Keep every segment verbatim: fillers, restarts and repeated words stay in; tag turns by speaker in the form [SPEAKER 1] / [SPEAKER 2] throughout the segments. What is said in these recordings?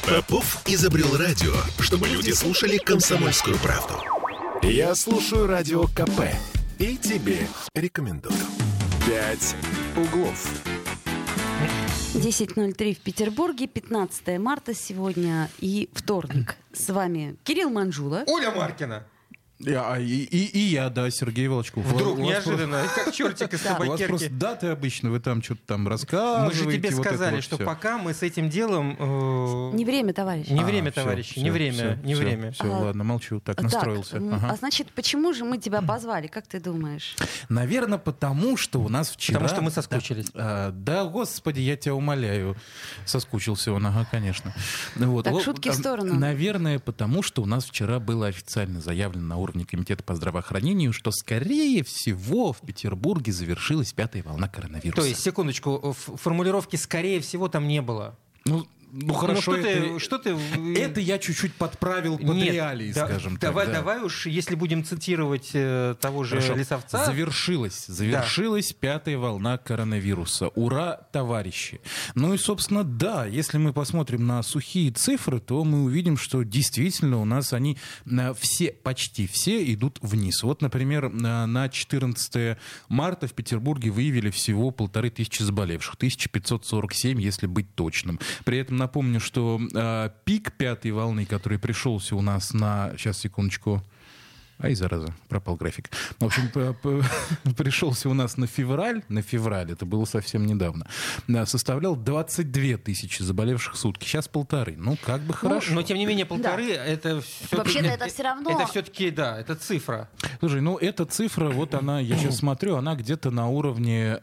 [SPEAKER 1] Попов изобрел радио, чтобы люди слушали «Комсомольскую правду». Я слушаю Радио КП и тебе рекомендую. «Пять углов».
[SPEAKER 2] десять ноль три в Петербурге, пятнадцатое марта сегодня и вторник. С вами Кирилл Манжула.
[SPEAKER 3] Оля Маркина.
[SPEAKER 4] Я, и, и, и я, да, Сергей Волчков.
[SPEAKER 3] Вдруг
[SPEAKER 4] у вас
[SPEAKER 3] неожиданно,
[SPEAKER 4] просто...
[SPEAKER 3] как чертик из
[SPEAKER 4] У вас
[SPEAKER 3] табакерки.
[SPEAKER 4] просто даты обычно, вы там что-то там рассказываете.
[SPEAKER 3] Мы же тебе
[SPEAKER 4] вот
[SPEAKER 3] сказали,
[SPEAKER 4] вот
[SPEAKER 3] что
[SPEAKER 4] всё.
[SPEAKER 3] пока мы с этим делом... э,
[SPEAKER 2] Не время, товарищ.
[SPEAKER 3] Не
[SPEAKER 4] А,
[SPEAKER 3] время,
[SPEAKER 4] всё,
[SPEAKER 3] товарищи,
[SPEAKER 4] всё,
[SPEAKER 3] не время,
[SPEAKER 4] всё,
[SPEAKER 3] не
[SPEAKER 4] всё,
[SPEAKER 3] время.
[SPEAKER 4] Все,
[SPEAKER 2] А,
[SPEAKER 4] ладно, молчу, так
[SPEAKER 2] Так,
[SPEAKER 4] настроился.
[SPEAKER 2] м,
[SPEAKER 4] Ага.
[SPEAKER 2] а значит, почему же мы тебя позвали, как ты думаешь?
[SPEAKER 4] Наверное, потому что у нас вчера...
[SPEAKER 3] Потому что мы соскучились.
[SPEAKER 4] Да, а, да, господи, я тебя умоляю. Соскучился он, ага, конечно. Вот.
[SPEAKER 2] Так,
[SPEAKER 4] Вот,
[SPEAKER 2] шутки в
[SPEAKER 4] а,
[SPEAKER 2] сторону.
[SPEAKER 4] Наверное, потому что у нас вчера было официально заявлено на уровне Комитета по здравоохранению, что, скорее всего, в Петербурге завершилась пятая волна коронавируса.
[SPEAKER 3] То есть, секундочку, ф- формулировки «скорее всего» там не было.
[SPEAKER 4] Ну, ну хорошо,
[SPEAKER 3] Ну, что
[SPEAKER 4] это,
[SPEAKER 3] ты, что ты...
[SPEAKER 4] это я чуть-чуть подправил под
[SPEAKER 3] Нет,
[SPEAKER 4] реалии,
[SPEAKER 3] да-
[SPEAKER 4] скажем так.
[SPEAKER 3] давай,
[SPEAKER 4] да.
[SPEAKER 3] давай уж, если будем цитировать э, того же
[SPEAKER 4] Хорошо.
[SPEAKER 3] Лисовца...
[SPEAKER 4] Завершилась, завершилась пятая волна коронавируса. Ура, товарищи! Ну и, собственно, да, если мы посмотрим на сухие цифры, то мы увидим, что действительно у нас они э, все, почти все идут вниз. Вот, например, на на четырнадцатое марта в Петербурге выявили всего полторы тысячи заболевших, тысяча пятьсот сорок семь, если быть точным. При этом напомню, что э, пик пятой волны, который пришелся у нас на... Сейчас, секундочку... Ай, зараза, пропал график. В общем, п- п- пришелся у нас на февраль, на февраль, это было совсем недавно, да, составлял двадцать две тысячи заболевших в сутки. Сейчас полторы. Ну, как бы хорошо.
[SPEAKER 3] Но, тем не менее, полторы, это все...
[SPEAKER 2] Вообще-то это всё равно-
[SPEAKER 3] Это все-таки, да, это цифра.
[SPEAKER 4] Слушай, ну, эта цифра, вот она, я сейчас смотрю, она где-то на уровне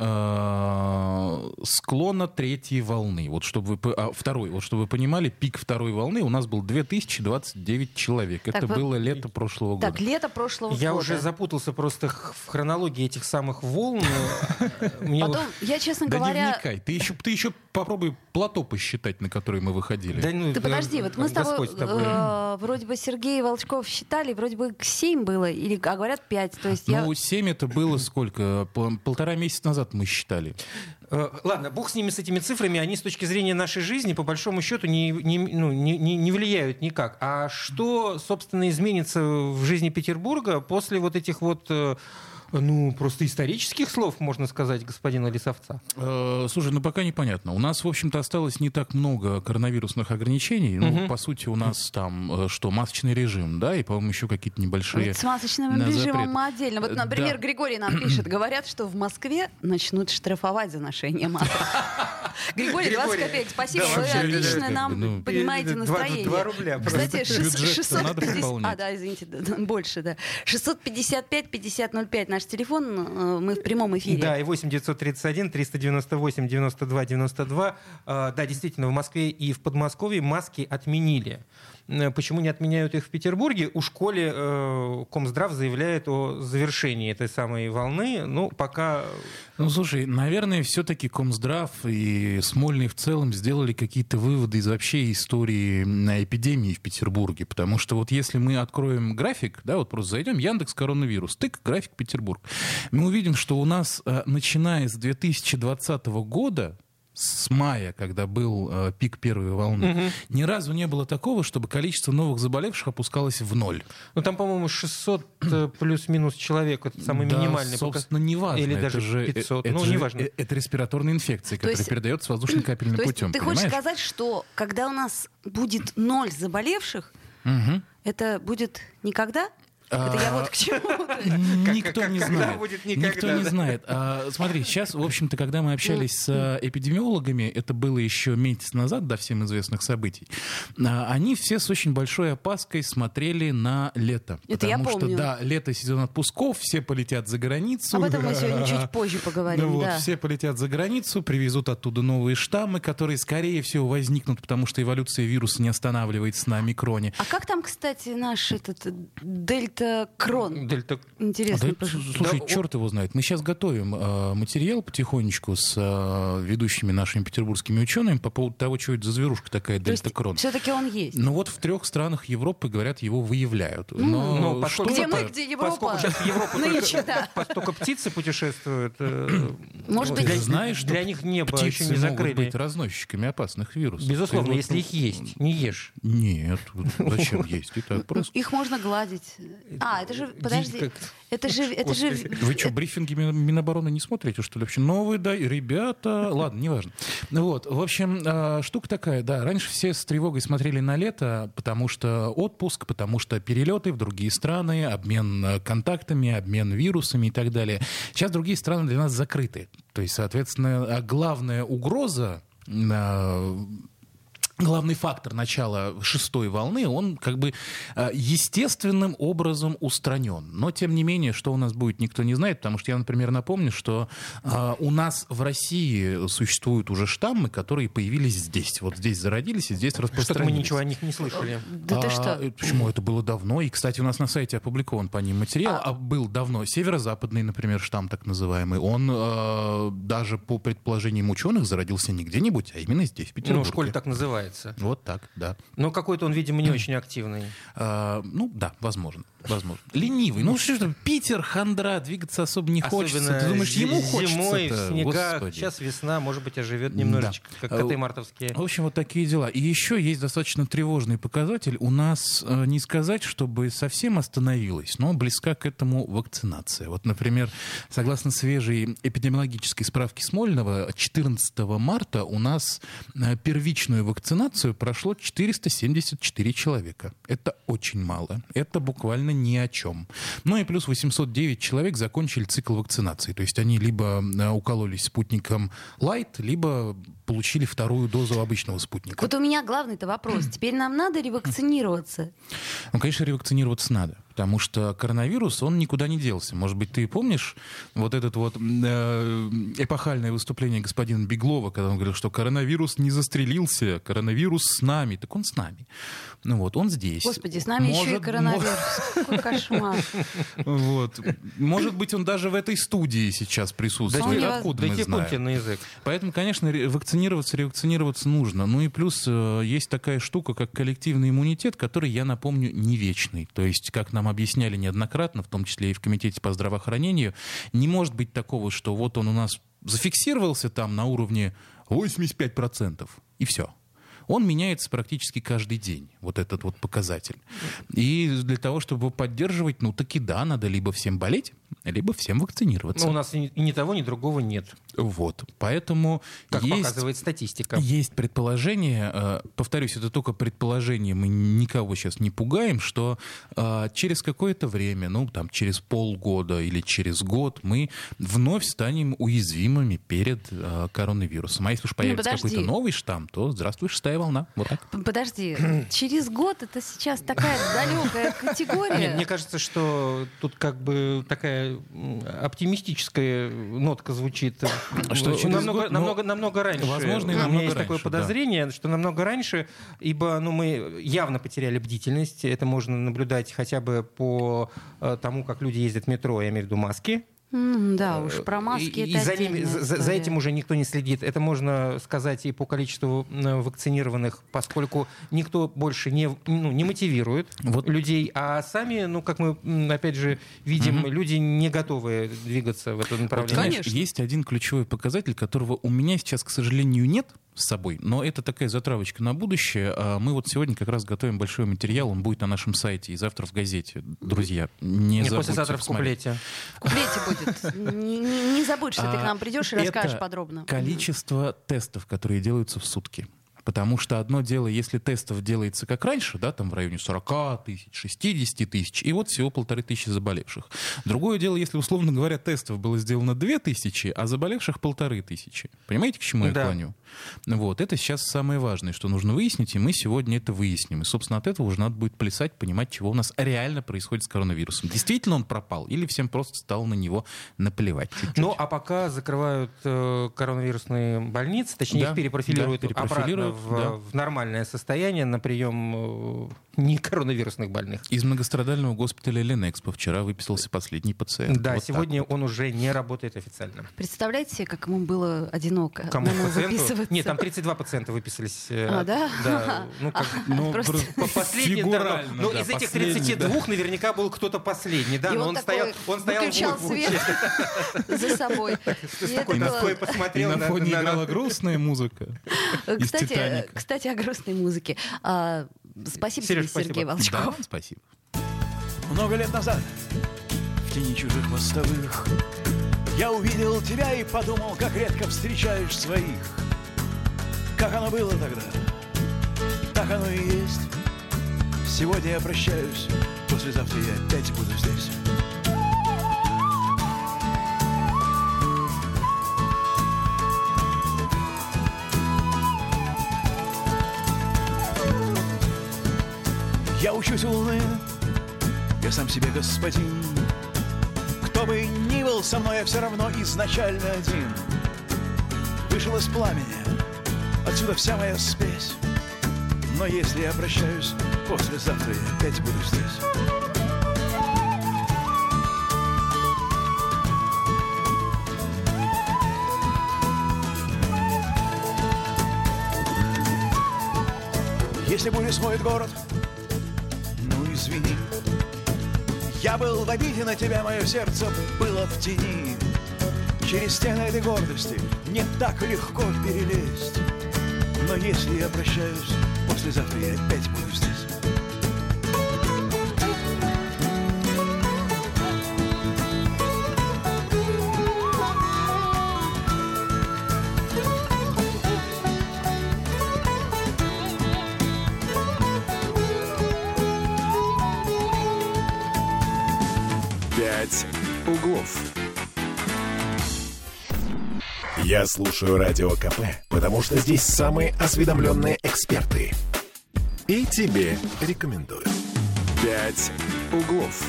[SPEAKER 4] э, склона третьей волны. Вот чтобы вы, по- а, второй, вот чтобы вы понимали, пик второй волны у нас был две тысячи двадцать девять человек.
[SPEAKER 2] Так,
[SPEAKER 4] Это
[SPEAKER 2] вы-
[SPEAKER 4] было лето прошлого года.
[SPEAKER 2] Так, лето прошлого
[SPEAKER 3] Я
[SPEAKER 2] года.
[SPEAKER 3] уже запутался просто х- в хронологии этих самых волн. Мне
[SPEAKER 2] Потом, я, честно
[SPEAKER 4] Да не
[SPEAKER 2] говоря...
[SPEAKER 4] вникай. Ты еще, ты еще попробуй плато посчитать, на который мы выходили.
[SPEAKER 3] Да ну,
[SPEAKER 2] Ты
[SPEAKER 3] да,
[SPEAKER 2] подожди, вот мы с тобой,
[SPEAKER 3] Господь с тобой.
[SPEAKER 2] э, вроде бы Сергей Волчков считали, вроде бы семь было, или, а говорят пять. То есть я...
[SPEAKER 4] Ну, семь это было сколько? Пол- Полтора месяца назад мы считали.
[SPEAKER 3] Э, Ладно, бог с ними, с этими цифрами, они с точки зрения нашей жизни, по большому счету, не, не, ну, не, не- не влияют никак. А что, собственно, изменится в жизни Петербурга после вот этих вот, э, ну, просто исторических слов, можно сказать, господина Лисовца?
[SPEAKER 4] Э, Слушай, ну пока непонятно. У нас, в общем-то, осталось не так много коронавирусных ограничений. Ну,
[SPEAKER 3] Мгм.
[SPEAKER 4] по сути, у нас там э, что, масочный режим, да, и, по-моему, еще какие-то небольшие...
[SPEAKER 2] Вот с масочным
[SPEAKER 4] на
[SPEAKER 2] режимом
[SPEAKER 4] запрет.
[SPEAKER 2] мы отдельно. Вот, например,
[SPEAKER 4] Да.
[SPEAKER 2] Григорий нам пишет, говорят, что в Москве начнут штрафовать за ношение масок. Григорий, двадцать
[SPEAKER 3] Григорий,
[SPEAKER 2] копеек, спасибо,
[SPEAKER 3] да,
[SPEAKER 2] вы
[SPEAKER 3] вообще,
[SPEAKER 2] отлично
[SPEAKER 4] как бы,
[SPEAKER 2] нам
[SPEAKER 4] ну,
[SPEAKER 2] понимаете
[SPEAKER 3] два-
[SPEAKER 2] настроение.
[SPEAKER 3] два рубля просто.
[SPEAKER 2] Кстати, шест-
[SPEAKER 4] Бюджет-то
[SPEAKER 2] шестьсот
[SPEAKER 4] надо
[SPEAKER 2] пятьдесят
[SPEAKER 4] пополнять.
[SPEAKER 2] А, да, извините, да, да, больше, да. шестьсот пятьдесят пять пятьдесят ноль пять наш телефон, э, мы в прямом эфире.
[SPEAKER 3] Да, и восемь девятьсот тридцать один триста девяносто восемь девяносто два девяносто два. А, Да, действительно, в Москве и в Подмосковье маски отменили. Э, Почему не отменяют их в Петербурге? У школе э, Комздрав заявляет о завершении этой самой волны. Ну, пока...
[SPEAKER 4] Ну, слушай, наверное, все-таки Комздрав и Смольный в целом сделали какие-то выводы из вообще истории на эпидемии в Петербурге. Потому что вот если мы откроем график, да, вот просто зайдем, Яндекс коронавирус, тык, график Петербург, мы увидим, что у нас, э, начиная с две тысячи двадцатого года, с мая, когда был э, пик первой волны, ни разу не было такого, чтобы количество новых заболевших опускалось в ноль.
[SPEAKER 3] Ну, там, по-моему, шестьсот э, плюс-минус человек. Это самый
[SPEAKER 4] Да,
[SPEAKER 3] минимальный.
[SPEAKER 4] собственно, неважно.
[SPEAKER 3] Или
[SPEAKER 4] это
[SPEAKER 3] даже
[SPEAKER 4] же,
[SPEAKER 3] пятьсот.
[SPEAKER 4] Это
[SPEAKER 3] Ну,
[SPEAKER 4] же-
[SPEAKER 3] неважно.
[SPEAKER 4] э, Это респираторная инфекция, которая
[SPEAKER 2] есть-
[SPEAKER 4] передается воздушно-капельным
[SPEAKER 2] То есть
[SPEAKER 4] путем.
[SPEAKER 2] ты
[SPEAKER 4] понимаешь?
[SPEAKER 2] хочешь сказать, что когда у нас будет ноль заболевших,
[SPEAKER 4] Мгм.
[SPEAKER 2] это будет никогда? Это я вот к чему.
[SPEAKER 4] Никто
[SPEAKER 3] как-
[SPEAKER 4] не
[SPEAKER 3] когда
[SPEAKER 4] знает.
[SPEAKER 3] будет никогда,
[SPEAKER 4] Никто не
[SPEAKER 3] да?
[SPEAKER 4] знает. А, смотри, сейчас, в общем-то, когда мы общались с э, эпидемиологами, это было еще месяц назад, до всем известных событий, а, они все с очень большой опаской смотрели на лето.
[SPEAKER 2] Это я
[SPEAKER 4] потому
[SPEAKER 2] помню.
[SPEAKER 4] что, да, лето, сезон отпусков, все полетят за границу.
[SPEAKER 2] Об этом мы сегодня чуть позже поговорим,
[SPEAKER 4] Ну вот,
[SPEAKER 2] да.
[SPEAKER 4] все полетят за границу, привезут оттуда новые штаммы, которые, скорее всего, возникнут, потому что эволюция вируса не останавливается на омикроне.
[SPEAKER 2] А как там, кстати, наш этот дельта дельта-крон.
[SPEAKER 3] Дельта...
[SPEAKER 2] Интересно.
[SPEAKER 4] Да, слушай, да, черт его знает. Мы сейчас готовим э, материал потихонечку с э, ведущими нашими петербургскими учеными по поводу того, что это за зверушка такая дельта-крон.
[SPEAKER 2] Все-таки он есть.
[SPEAKER 4] Ну вот в трех странах Европы, говорят, его выявляют. Но
[SPEAKER 3] ну, поскольку,
[SPEAKER 2] где мы, где Европа?
[SPEAKER 3] Поскольку сейчас в Европу
[SPEAKER 2] Нынче,
[SPEAKER 3] только,
[SPEAKER 2] да.
[SPEAKER 3] только птицы путешествуют, э,
[SPEAKER 2] может быть,
[SPEAKER 3] для,
[SPEAKER 4] знаешь,
[SPEAKER 3] для них небо еще не
[SPEAKER 4] птицы
[SPEAKER 3] закрыли.
[SPEAKER 4] могут быть разносчиками опасных вирусов.
[SPEAKER 3] Безусловно,
[SPEAKER 4] Ты
[SPEAKER 3] если
[SPEAKER 4] вот...
[SPEAKER 3] их есть, не ешь.
[SPEAKER 4] Нет, зачем есть? И так просто.
[SPEAKER 2] Их можно гладить. А, это же, подожди,
[SPEAKER 3] Как...
[SPEAKER 2] это же, это же...
[SPEAKER 4] Вы что, брифинги Минобороны не смотрите, что ли, вообще? Новые, да, ребята, ладно, неважно. Вот, в общем, штука такая, да, раньше все с тревогой смотрели на лето, потому что отпуск, потому что перелеты в другие страны, обмен контактами, обмен вирусами и так далее. Сейчас другие страны для нас закрыты. То есть, соответственно, главная угроза... Главный фактор начала шестой волны, он как бы естественным образом устранен. Но, тем не менее, что у нас будет, никто не знает, потому что я, например, напомню, что а, у нас в России существуют уже штаммы, которые появились здесь. Вот здесь зародились и здесь распространились.
[SPEAKER 3] Что-то мы ничего о них не слышали.
[SPEAKER 2] Да ты
[SPEAKER 4] а,
[SPEAKER 2] что?
[SPEAKER 4] Почему? Это было давно. И, кстати, у нас на сайте опубликован по ним материал. А, а был давно. Северо-западный, например, штамм так называемый. Он а, даже по предположениям ученых зародился не где-нибудь, а именно здесь, в Петербурге.
[SPEAKER 3] Ну, в школе так называется.
[SPEAKER 4] Вот так, да.
[SPEAKER 3] Но какой-то он, видимо, не очень активный.
[SPEAKER 4] А, ну, да, возможно. возможно. Ленивый. Ну, что ж, Питер, хандра, двигаться особо не
[SPEAKER 3] Особенно
[SPEAKER 4] хочется. Ты думаешь, ему хочется?
[SPEAKER 3] Зимой, в снегах.
[SPEAKER 4] Господи.
[SPEAKER 3] Сейчас весна, может быть, оживет немножечко, да. Как коты мартовские.
[SPEAKER 4] В общем, вот такие дела. И еще есть достаточно тревожный показатель. У нас, не сказать, чтобы совсем остановилась, но близка к этому вакцинация. Вот, например, согласно свежей эпидемиологической справке Смольного, четырнадцатого марта у нас первичную вакцинацию прошло четыреста семьдесят четыре человека. Это очень мало. Это буквально ни о чем. Ну и плюс восемьсот девять человек закончили цикл вакцинации. То есть они либо укололись спутником Light, либо получили вторую дозу обычного спутника.
[SPEAKER 2] Вот у меня главный-то вопрос. Теперь нам надо ревакцинироваться?
[SPEAKER 4] Ну, конечно, ревакцинироваться надо. Потому что коронавирус, он никуда не делся. Может быть, ты помнишь вот это вот э, эпохальное выступление господина Беглова, когда он говорил, что коронавирус не застрелился, коронавирус с нами. Так он с нами. Ну вот, он здесь.
[SPEAKER 2] Господи, с нами может, еще и коронавирус. Может... Какой кошмар.
[SPEAKER 4] Вот. Может быть, он даже в этой студии сейчас присутствует.
[SPEAKER 3] Да,
[SPEAKER 4] откуда мы знаем?
[SPEAKER 3] На язык.
[SPEAKER 4] Поэтому, конечно, вакцинироваться, ревакцинироваться нужно. Ну и плюс э, есть такая штука, как коллективный иммунитет, который, я напомню, не вечный. То есть, как нам объясняли неоднократно, в том числе и в Комитете по здравоохранению, не может быть такого, что вот он у нас зафиксировался там на уровне восемьдесят пять процентов, и все. Он меняется практически каждый день, вот этот вот показатель. И для того, чтобы его поддерживать, ну таки да, надо либо всем болеть, либо всем вакцинироваться.
[SPEAKER 3] Но у нас и ни того, ни другого нет.
[SPEAKER 4] Вот, поэтому
[SPEAKER 3] как
[SPEAKER 4] есть,
[SPEAKER 3] показывает статистика.
[SPEAKER 4] Есть предположение, повторюсь, это только предположение, мы никого сейчас не пугаем, что через какое-то время, ну там через полгода или через год мы вновь станем уязвимыми перед коронавирусом. А если уж появится ну, какой-то новый штамм, то здравствуй, шестая волна. Вот так.
[SPEAKER 2] Подожди, через год это сейчас такая далекая категория.
[SPEAKER 3] Нет, мне кажется, что тут как бы такая оптимистическая нотка звучит.
[SPEAKER 4] Что через
[SPEAKER 3] намного,
[SPEAKER 4] год,
[SPEAKER 3] намного, намного раньше.
[SPEAKER 4] Возможно, и
[SPEAKER 3] У меня
[SPEAKER 4] намного
[SPEAKER 3] есть
[SPEAKER 4] раньше,
[SPEAKER 3] такое подозрение,
[SPEAKER 4] да.
[SPEAKER 3] что намного раньше, ибо ну, мы явно потеряли бдительность. Это можно наблюдать хотя бы по тому, как люди ездят в метро, я имею в виду маски.
[SPEAKER 2] Mm, да, уж про маски
[SPEAKER 3] и,
[SPEAKER 2] это
[SPEAKER 3] и за, ними, за, за этим уже никто не следит. Это можно сказать и по количеству вакцинированных, поскольку никто больше не, ну, не мотивирует вот. людей, а сами, ну, как мы опять же видим, mm-hmm. люди не готовы двигаться в это направление.
[SPEAKER 4] Знаешь, есть один ключевой показатель, которого у меня сейчас, к сожалению, нет с собой, но это такая затравочка на будущее. Мы вот сегодня как раз готовим большой материал, он будет на нашем сайте и завтра в газете. Друзья, не
[SPEAKER 3] и
[SPEAKER 4] забудьте
[SPEAKER 3] послезавтра в куплете.
[SPEAKER 2] В куплете будет. Не, не, не забудь, что а, ты к нам придешь и расскажешь подробно.
[SPEAKER 4] Количество тестов, которые делаются в сутки. Потому что одно дело, если тестов делается как раньше, да, там в районе сорок тысяч, шестьдесят тысяч, и вот всего полторы тысячи заболевших. Другое дело, если, условно говоря, тестов было сделано две тысячи, а заболевших полторы тысячи. Понимаете, к чему я
[SPEAKER 3] да.
[SPEAKER 4] клоню? Вот, это сейчас самое важное, что нужно выяснить, и мы сегодня это выясним. И, собственно, от этого уже надо будет плясать, понимать, чего у нас реально происходит с коронавирусом. Действительно он пропал, или всем просто стало на него наплевать чуть-чуть.
[SPEAKER 3] Ну, а пока закрывают э, коронавирусные больницы, точнее, да, их перепрофилируют, да, перепрофилируют обратно в, да. в нормальное состояние на прием не коронавирусных больных.
[SPEAKER 4] Из многострадального госпиталя Ленэкспо вчера выписался последний пациент.
[SPEAKER 3] Да,
[SPEAKER 4] вот
[SPEAKER 3] сегодня вот. Он уже не работает официально.
[SPEAKER 2] Представляете себе, как ему было одиноко?
[SPEAKER 3] Кому пациенту? Нет, там тридцать два пациента выписались.
[SPEAKER 2] А, да?
[SPEAKER 3] Да. Ну, как,
[SPEAKER 4] ну,
[SPEAKER 3] просто последний, да, но, но да, из этих тридцати двух да. наверняка был кто-то последний, да,
[SPEAKER 2] и
[SPEAKER 3] но
[SPEAKER 2] он,
[SPEAKER 3] он стоял, он стоял
[SPEAKER 2] выключал свет за собой.
[SPEAKER 3] С такой тоской посмотрел.
[SPEAKER 4] И на фоне играла грустная музыка.
[SPEAKER 2] Кстати, кстати, о грустной музыке. Спасибо тебе, Сергей Волчков.
[SPEAKER 4] Да, спасибо.
[SPEAKER 5] Много лет назад, в тени чужих мостовых, я увидел тебя и подумал, как редко встречаешь своих. Как оно было тогда, так оно и есть. Сегодня я прощаюсь, послезавтра я опять буду здесь. Я учусь у луны, я сам себе господин. Кто бы ни был со мной, я все равно изначально один. Вышел из пламени, отсюда вся моя спесь. Но если я прощаюсь, послезавтра я опять буду здесь. Если буря смоет город, ну извини. Я был в обиде на тебя, мое сердце было в тени. Через стены этой гордости не так легко перелезть. Но если я прощаюсь, послезавтра я опять буду здесь.
[SPEAKER 1] «Пять углов». Я слушаю Радио КП, потому что здесь самые осведомленные эксперты. И тебе рекомендую. «Пять углов».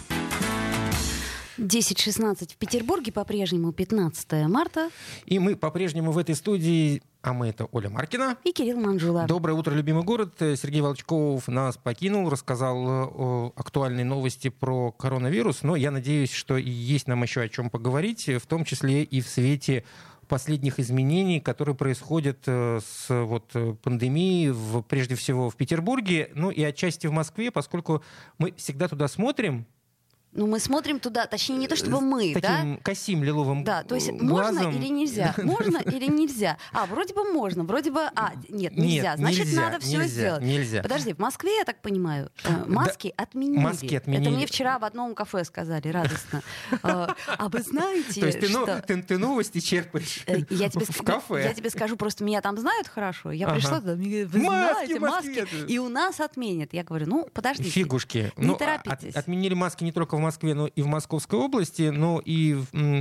[SPEAKER 2] десять шестнадцать в Петербурге, по-прежнему пятнадцатое марта.
[SPEAKER 3] И мы по-прежнему в этой студии, а мы это Оля Маркина.
[SPEAKER 2] И Кирилл Манжула.
[SPEAKER 3] Доброе утро, любимый город. Сергей Волчков нас покинул, рассказал о актуальной новости про коронавирус. Но я надеюсь, что есть нам еще о чем поговорить, в том числе и в свете последних изменений, которые происходят с вот, пандемией, в, прежде всего в Петербурге, ну и отчасти в Москве, поскольку мы всегда туда смотрим.
[SPEAKER 2] Ну, мы смотрим туда, точнее, не то чтобы мы,
[SPEAKER 3] таким
[SPEAKER 2] да?
[SPEAKER 3] косим лиловым
[SPEAKER 2] Да, то есть
[SPEAKER 3] глазом.
[SPEAKER 2] можно или нельзя? Можно или нельзя? А, вроде бы можно, вроде бы... А, нет, нельзя.
[SPEAKER 3] Нет,
[SPEAKER 2] Значит,
[SPEAKER 3] нельзя,
[SPEAKER 2] надо все
[SPEAKER 3] нельзя,
[SPEAKER 2] сделать.
[SPEAKER 3] Нельзя.
[SPEAKER 2] Подожди, в Москве, я так понимаю, маски
[SPEAKER 3] да,
[SPEAKER 2] отменили.
[SPEAKER 3] Маски отменили.
[SPEAKER 2] Это мне вчера в одном кафе сказали радостно. А вы знаете,
[SPEAKER 3] То есть
[SPEAKER 2] что...
[SPEAKER 3] ты новости черпаешь в кафе?
[SPEAKER 2] Я тебе скажу, просто меня там знают хорошо. Я пришла туда, мне говорят, вы знаете, маски, и у нас отменят. Я говорю, ну, подождите.
[SPEAKER 3] Фигушки.
[SPEAKER 2] Не торопитесь.
[SPEAKER 3] Отменили маски не только в Москве, но и в Москве. Московской области, но и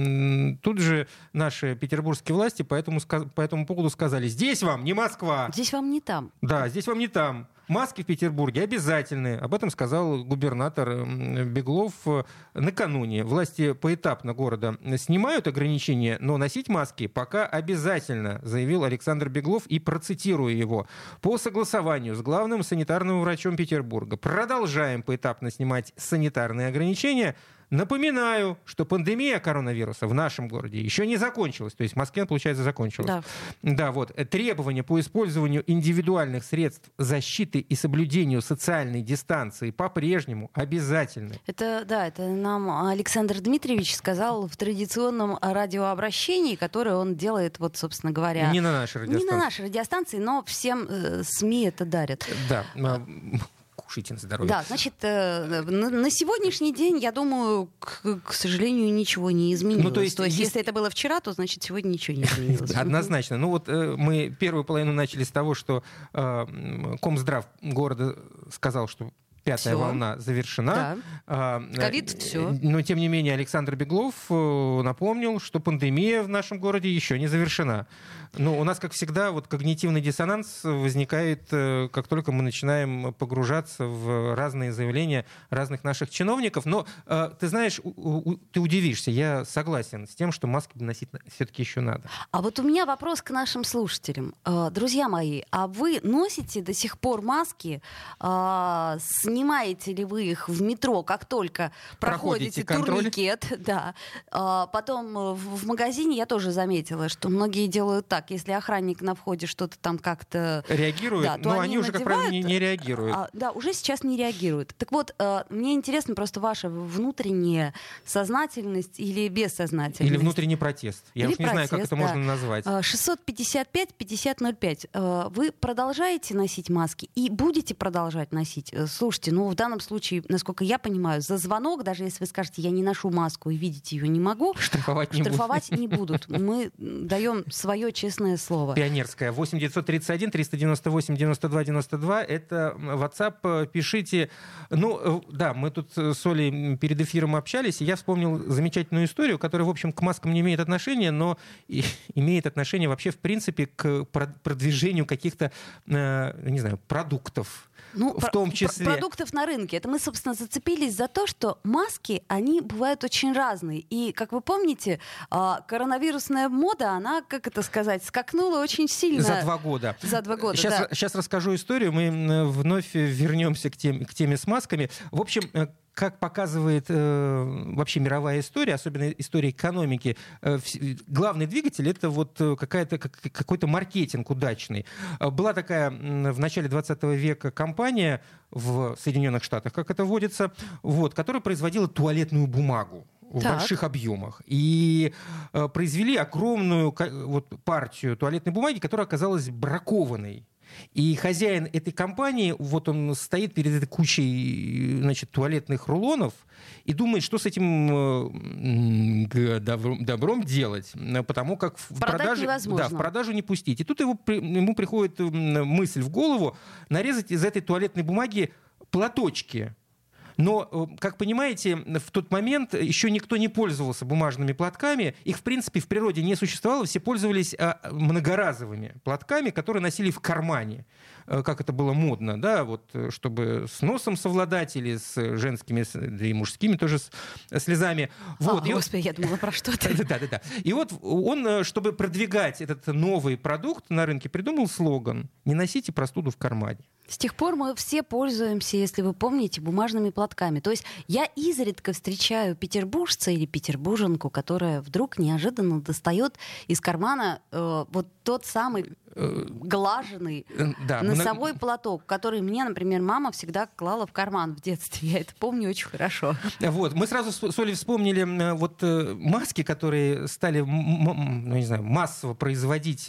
[SPEAKER 3] м, тут же наши петербургские власти по этому, по этому поводу сказали: здесь вам не Москва.
[SPEAKER 2] Здесь вам не там.
[SPEAKER 3] Да, здесь вам не там. Маски в Петербурге обязательны. Об этом сказал губернатор Беглов накануне. Власти поэтапно города снимают ограничения, но носить маски пока обязательно, заявил Александр Беглов, и процитирую его. По согласованию с главным санитарным врачом Петербурга продолжаем поэтапно снимать санитарные ограничения. Напоминаю, что пандемия коронавируса в нашем городе еще не закончилась. То есть в Москве, получается, закончилась.
[SPEAKER 2] Да.
[SPEAKER 3] Да, вот. Требования по использованию индивидуальных средств защиты и соблюдению социальной дистанции по-прежнему обязательны.
[SPEAKER 2] Это, да, это нам Александр Дмитриевич сказал в традиционном радиообращении, которое он делает, вот, собственно говоря...
[SPEAKER 3] Не на нашей радиостанции.
[SPEAKER 2] Не на нашей радиостанции, но всем э, СМИ это дарят.
[SPEAKER 3] Да. Кушайте на здоровье.
[SPEAKER 2] Да, значит, э, на, на сегодняшний день, я думаю, к, к сожалению, ничего не изменилось.
[SPEAKER 3] Ну, то есть,
[SPEAKER 2] то есть
[SPEAKER 3] есть...
[SPEAKER 2] если это было вчера, то, значит, сегодня ничего не изменилось.
[SPEAKER 3] Однозначно. Ну вот э, мы первую половину начали с того, что э, Комздрав города сказал, что пятая
[SPEAKER 2] Всё.
[SPEAKER 3] волна завершена.
[SPEAKER 2] Да. Ковид — все.
[SPEAKER 3] Но, тем не менее, Александр Беглов напомнил, что пандемия в нашем городе еще не завершена. Ну, у нас, как всегда, вот когнитивный диссонанс возникает, как только мы начинаем погружаться в разные заявления разных наших чиновников. Но, ты знаешь, ты удивишься, я согласен с тем, что маски носить все-таки еще надо.
[SPEAKER 2] А вот у меня вопрос к нашим слушателям. Друзья мои, а вы носите до сих пор маски? Снимаете ли вы их в метро, как только проходите, проходите турникет? Да. Потом в магазине я тоже заметила, что многие делают так. Если охранник на входе что-то там как-то...
[SPEAKER 3] Реагирует, да, но они, они уже, как правило, не, не реагируют.
[SPEAKER 2] А, да, уже сейчас не реагируют. Так вот, а, мне интересно просто ваша внутренняя сознательность или бессознательность.
[SPEAKER 3] Или внутренний протест. Я
[SPEAKER 2] или
[SPEAKER 3] уж не
[SPEAKER 2] протест,
[SPEAKER 3] знаю, как это
[SPEAKER 2] да.
[SPEAKER 3] можно назвать.
[SPEAKER 2] шестьсот пятьдесят пять пятьдесят ноль пять. Вы продолжаете носить маски и будете продолжать носить? Слушайте, ну в данном случае, насколько я понимаю, за звонок, даже если вы скажете, я не ношу маску и видеть ее не могу,
[SPEAKER 3] штрафовать не,
[SPEAKER 2] штрафовать
[SPEAKER 3] будут.
[SPEAKER 2] не будут. Мы даем свое честное слово.
[SPEAKER 3] Пионерская. восемь девятьсот тридцать один триста девяносто восемь девяносто два девяносто два. Это WhatsApp. Пишите. Ну, да, мы тут с Олей перед эфиром общались, и я вспомнил замечательную историю, которая, в общем, к маскам не имеет отношения, но и имеет отношение вообще, в принципе, к продвижению каких-то, не знаю, продуктов.
[SPEAKER 2] Ну,
[SPEAKER 3] в том числе...
[SPEAKER 2] продуктов на рынке. Это мы, собственно, зацепились за то, что маски, они бывают очень разные. И, как вы помните, коронавирусная мода, она, как это сказать, скакнула очень сильно.
[SPEAKER 3] За два года.
[SPEAKER 2] За два года,
[SPEAKER 3] сейчас,
[SPEAKER 2] да.
[SPEAKER 3] Сейчас расскажу историю. Мы вновь вернемся к теме, к теме с масками. В общем, как показывает э, вообще мировая история, особенно история экономики, э, главный двигатель — это вот какая-то, как, какой-то маркетинг удачный. Была такая в начале двадцатого века компания в Соединенных Штатах, как это водится, вот, которая производила туалетную бумагу в так. больших объемах. И э, произвели огромную вот, партию туалетной бумаги, которая оказалась бракованной. И хозяин этой компании, вот он стоит перед этой кучей, значит, туалетных рулонов и думает, что с этим добром, добром делать, потому как в продажу, да, в продажу не пустить. И тут его, ему приходит мысль в голову нарезать из этой туалетной бумаги платочки. Но, как понимаете, в тот момент еще никто не пользовался бумажными платками. Их, в принципе, в природе не существовало. Все пользовались многоразовыми платками, которые носили в кармане, как это было модно, да, вот, чтобы с носом совладать или с женскими, да и мужскими тоже слезами. Вот.
[SPEAKER 2] О, и Господи, я думала про что-то.
[SPEAKER 3] Да-да-да. И вот он, чтобы продвигать этот новый продукт на рынке, придумал слоган «Не носите простуду в кармане».
[SPEAKER 2] С тех пор мы все пользуемся, если вы помните, бумажными платками. То есть я изредка встречаю петербуржца или петербурженку, которая вдруг неожиданно достает из кармана э, вот тот самый глаженный да, носовой мы... платок, который мне, например, мама всегда клала в карман в детстве. Я это помню очень хорошо.
[SPEAKER 3] Вот. Мы сразу с Олей вспомнили вот маски, которые стали, ну, не знаю, массово производить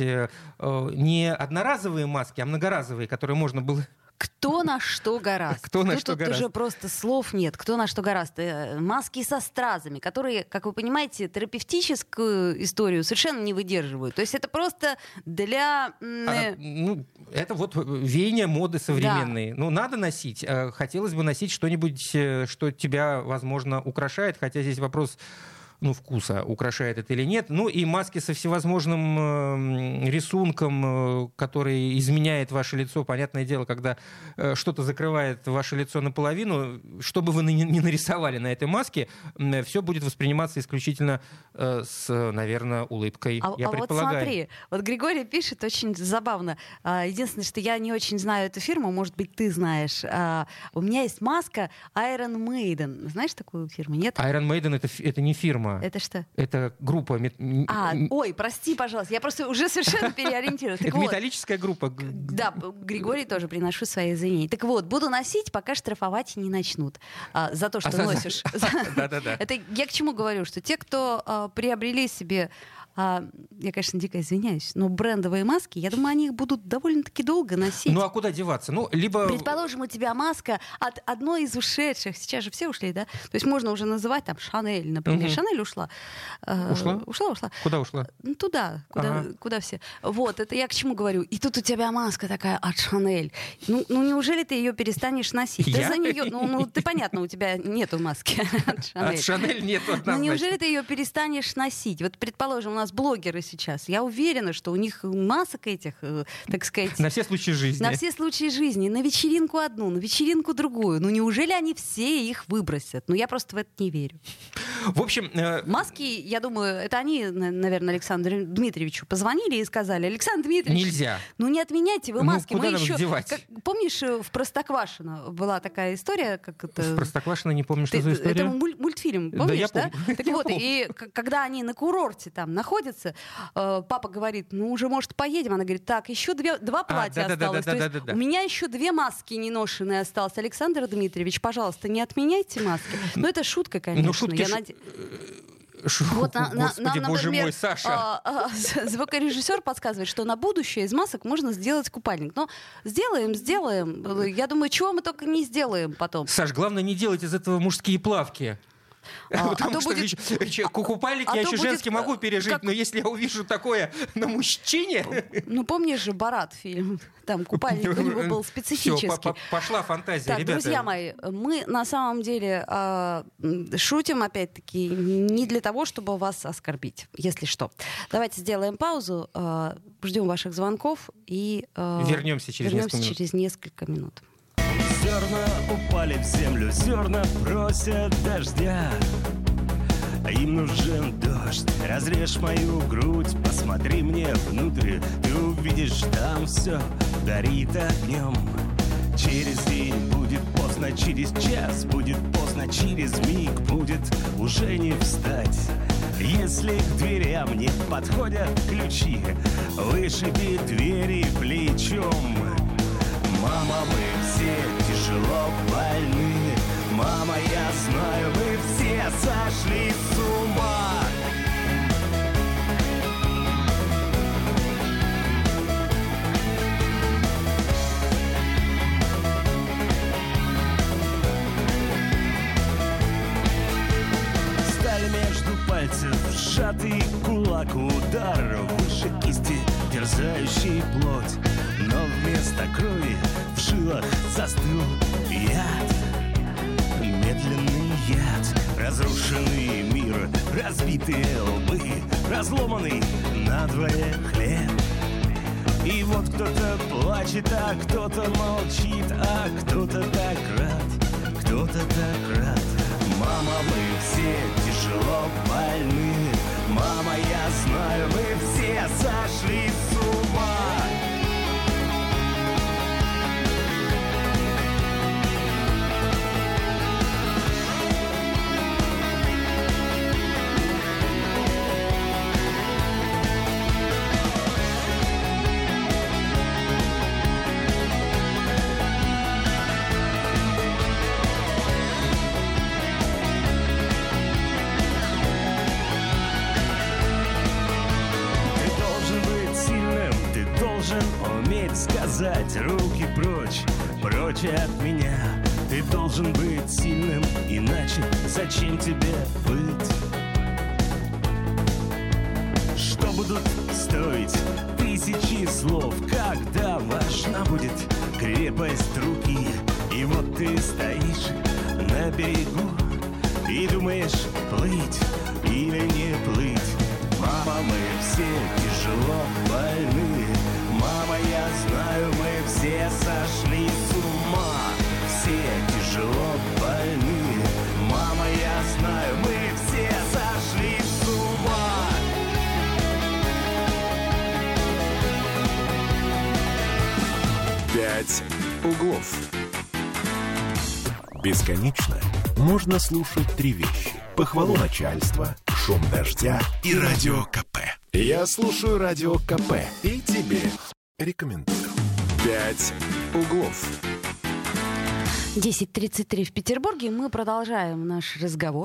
[SPEAKER 3] не одноразовые маски, а многоразовые, которые можно было...
[SPEAKER 2] Кто на что гораст.
[SPEAKER 3] Кто на
[SPEAKER 2] тут,
[SPEAKER 3] что
[SPEAKER 2] тут
[SPEAKER 3] гораст.
[SPEAKER 2] уже просто слов нет. Кто на что гораст. Маски со стразами, которые, как вы понимаете, терапевтическую историю совершенно не выдерживают. То есть это просто для...
[SPEAKER 3] А, ну, это вот веяние моды современной. Да. Ну, надо носить. Хотелось бы носить что-нибудь, что тебя, возможно, украшает. Хотя здесь вопрос... ну, вкуса, украшает это или нет. Ну и маски со всевозможным э, рисунком, э, который изменяет ваше лицо. Понятное дело, когда э, что-то закрывает ваше лицо наполовину, что бы вы ни, ни нарисовали на этой маске, э, все будет восприниматься исключительно э, с, наверное, улыбкой.
[SPEAKER 2] А,
[SPEAKER 3] я
[SPEAKER 2] а
[SPEAKER 3] предполагаю.
[SPEAKER 2] Вот смотри, вот Григорий пишет очень забавно. Единственное, что я не очень знаю эту фирму, может быть, ты знаешь. У меня есть маска Iron Maiden. Знаешь такую фирму, нет?
[SPEAKER 3] Iron Maiden — это, это не фирма.
[SPEAKER 2] Это что?
[SPEAKER 3] Это группа...
[SPEAKER 2] А, ой, прости, пожалуйста, я просто уже совершенно переориентировалась.
[SPEAKER 3] Это металлическая группа.
[SPEAKER 2] Да, Григорий тоже приношу свои извинения. Так вот, буду носить, пока штрафовать не начнут. За то, что носишь.
[SPEAKER 3] Да-да-да.
[SPEAKER 2] Это я к чему говорю, что те, кто приобрели себе А, я, конечно, дико извиняюсь, но брендовые маски, я думаю, они их будут довольно-таки долго носить.
[SPEAKER 3] Ну а куда деваться? Ну, либо...
[SPEAKER 2] Предположим, у тебя маска от одной из ушедших. Сейчас же все ушли, да? То есть можно уже называть там Шанель, например.
[SPEAKER 3] Угу.
[SPEAKER 2] Шанель ушла.
[SPEAKER 3] Ушла?
[SPEAKER 2] Ушла, ушла.
[SPEAKER 3] Куда ушла?
[SPEAKER 2] Ну, туда, куда,
[SPEAKER 3] Ага.
[SPEAKER 2] куда все. Вот, это я к чему говорю. И тут у тебя маска такая от Шанель. Ну, ну неужели ты ее перестанешь носить? Ты
[SPEAKER 3] Я?
[SPEAKER 2] за нее, ну, ну, ты понятно, у тебя нету маски от Шанель.
[SPEAKER 3] От Шанель нет
[SPEAKER 2] Ну,
[SPEAKER 3] однозначно.
[SPEAKER 2] неужели ты ее перестанешь носить? Вот, предположим, у нас блогеры сейчас. Я уверена, что у них масок этих, э, так сказать...
[SPEAKER 3] На все случаи жизни.
[SPEAKER 2] На все случаи жизни. На вечеринку одну, на вечеринку другую. Ну, неужели они все их выбросят? Ну, я просто в это не верю.
[SPEAKER 3] В общем... э,
[SPEAKER 2] Маски, я думаю, это они, на- наверное, Александру Дмитриевичу позвонили и сказали: Александр Дмитриевич,
[SPEAKER 3] Нельзя.
[SPEAKER 2] ну не отменяйте вы
[SPEAKER 3] Ну,
[SPEAKER 2] маски.
[SPEAKER 3] куда
[SPEAKER 2] Мы
[SPEAKER 3] нам их
[SPEAKER 2] еще,
[SPEAKER 3] девать?
[SPEAKER 2] как- помнишь, э, в Простоквашино была такая история, как это...
[SPEAKER 3] В Простоквашино не помню, что
[SPEAKER 2] Ты-
[SPEAKER 3] за история.
[SPEAKER 2] Это муль- мультфильм,
[SPEAKER 3] Да,
[SPEAKER 2] помнишь,
[SPEAKER 3] я
[SPEAKER 2] да?
[SPEAKER 3] помню.
[SPEAKER 2] Так
[SPEAKER 3] Я
[SPEAKER 2] вот,
[SPEAKER 3] помню.
[SPEAKER 2] и к- когда они на курорте там находятся, э, папа говорит: ну уже, может, поедем. Она говорит: так, еще две, два платья
[SPEAKER 3] да-да-да-да-да-да-да.
[SPEAKER 2] осталось. То есть у меня еще две маски неношенные осталось. Александр Дмитриевич, пожалуйста, не отменяйте маски. Ну, это шутка, конечно.
[SPEAKER 3] Ну, шутки
[SPEAKER 2] Я
[SPEAKER 3] ш-
[SPEAKER 2] наде-
[SPEAKER 3] Шу-
[SPEAKER 2] Вот на- на-
[SPEAKER 3] Господи,
[SPEAKER 2] нам,
[SPEAKER 3] боже
[SPEAKER 2] например,
[SPEAKER 3] мой, Саша.
[SPEAKER 2] а, а, звукорежиссер подсказывает, что на будущее из масок можно сделать купальник. Но сделаем, сделаем. Я думаю, чего мы только не сделаем потом.
[SPEAKER 3] Саш, главное, не делать из этого мужские плавки.
[SPEAKER 2] А,
[SPEAKER 3] Потому
[SPEAKER 2] а то
[SPEAKER 3] что
[SPEAKER 2] будет-
[SPEAKER 3] еще- еще купальник
[SPEAKER 2] а
[SPEAKER 3] я
[SPEAKER 2] то
[SPEAKER 3] еще
[SPEAKER 2] будет,
[SPEAKER 3] женский могу
[SPEAKER 2] э,
[SPEAKER 3] пережить,
[SPEAKER 2] как-
[SPEAKER 3] но если я увижу такое на мужчине...
[SPEAKER 2] Ну, помнишь же Барат фильм? Там купальник у него был специфический.
[SPEAKER 3] Всё, по- по- пошла фантазия,
[SPEAKER 2] Так,
[SPEAKER 3] ребята.
[SPEAKER 2] друзья мои, мы на самом деле а, м, шутим, опять-таки, не для того, чтобы вас оскорбить, если что. Давайте сделаем паузу, а, ждем ваших звонков и а,
[SPEAKER 3] Вернемся через
[SPEAKER 2] вернемся
[SPEAKER 3] несколько минут.
[SPEAKER 2] через несколько минут.
[SPEAKER 6] Зерна упали в землю, зерна просят дождя. Им нужен дождь, разрежь мою грудь, посмотри мне внутрь, ты увидишь, там все горит огнем. Через день будет поздно, через час будет поздно, через миг будет уже не встать. Если к дверям не подходят ключи, вышиби двери плечом. Мама, мы все тяжело больны. Мама, я знаю, мы все сошли с ума. Сталь между пальцев, сжатый кулак, удар выше кисти, терзающий плоть. Но вместо крови в жилах застыл яд, медленный яд. Разрушенный мир, разбитые лбы, разломанный надвое хлеб. И вот кто-то плачет, а кто-то молчит, а кто-то так рад, кто-то так рад. Мама, мы все тяжело больны. Мама, я знаю, мы все сошли с ума. Ты должен быть сильным, ты должен уметь сказать руки прочь, прочь от меня. Ты должен быть сильным, иначе зачем тебе быть? Что будут стоить тысячи слов, когда важна будет крепость руки? И вот ты стоишь на берегу и думаешь, плыть или не плыть. Мама, мы все тяжело больны. Мама, я знаю, мы все сошли с ума. Все тяжело больны. Мама, я знаю, мы все сошли с ума.
[SPEAKER 1] «Пять углов». Бесконечно можно слушать три вещи: похвалу начальства, шум дождя и радио КП. Я слушаю радио КП и тебе рекомендую. «Пять углов».
[SPEAKER 2] десять тридцать три в Петербурге. Мы продолжаем наш разговор.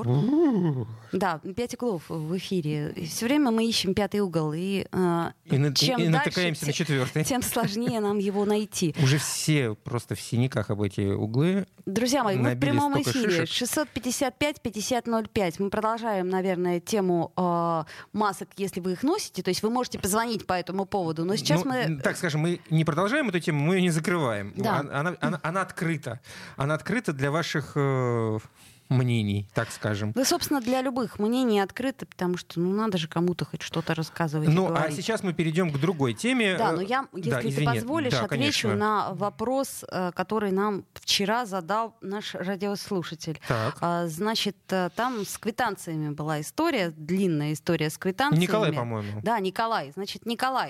[SPEAKER 2] Да, «Пять углов» в эфире. Все время мы ищем пятый угол. И, э,
[SPEAKER 3] и, на,
[SPEAKER 2] чем
[SPEAKER 3] и
[SPEAKER 2] дальше,
[SPEAKER 3] натыкаемся
[SPEAKER 2] тем,
[SPEAKER 3] на четвертый.
[SPEAKER 2] Тем сложнее нам его найти.
[SPEAKER 3] Уже все просто в синяках об эти углы.
[SPEAKER 2] Друзья мои, мы в прямом эфире.
[SPEAKER 3] Шишек.
[SPEAKER 2] шестьсот пятьдесят пять пятьдесят ноль пять. Мы продолжаем, наверное, тему э, масок, если вы их носите. То есть вы можете позвонить по этому поводу. Но сейчас
[SPEAKER 3] ну,
[SPEAKER 2] мы...
[SPEAKER 3] Так скажем, мы не продолжаем эту тему, мы ее не закрываем.
[SPEAKER 2] Да.
[SPEAKER 3] Она, она, она открыта. Она открыта для ваших э, мнений, так скажем.
[SPEAKER 2] Да, собственно, для любых мнений открыто, потому что ну, надо же кому-то хоть что-то рассказывать.
[SPEAKER 3] Ну, а сейчас мы перейдем к другой теме.
[SPEAKER 2] Да, но я, если
[SPEAKER 3] да,
[SPEAKER 2] ты
[SPEAKER 3] извини.
[SPEAKER 2] позволишь,
[SPEAKER 3] да,
[SPEAKER 2] отвечу
[SPEAKER 3] конечно.
[SPEAKER 2] на вопрос, который нам вчера задал наш радиослушатель.
[SPEAKER 3] Так.
[SPEAKER 2] А, значит, там с квитанциями была история, длинная история с квитанциями.
[SPEAKER 3] Николай, по-моему.
[SPEAKER 2] Да, Николай. Значит, Николай,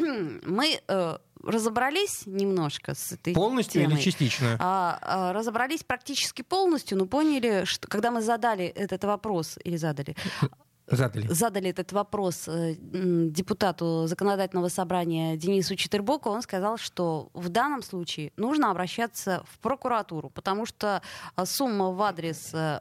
[SPEAKER 2] мы э, разобрались немножко с этой
[SPEAKER 3] Полностью
[SPEAKER 2] темой.
[SPEAKER 3] или частично?
[SPEAKER 2] А, а, разобрались практически полностью, но поняли, что когда мы задали этот вопрос, или задали...
[SPEAKER 3] Задали.
[SPEAKER 2] Задали этот вопрос э, депутату Законодательного собрания Денису Четырбоку, он сказал, что в данном случае нужно обращаться в прокуратуру, потому что сумма в адрес э,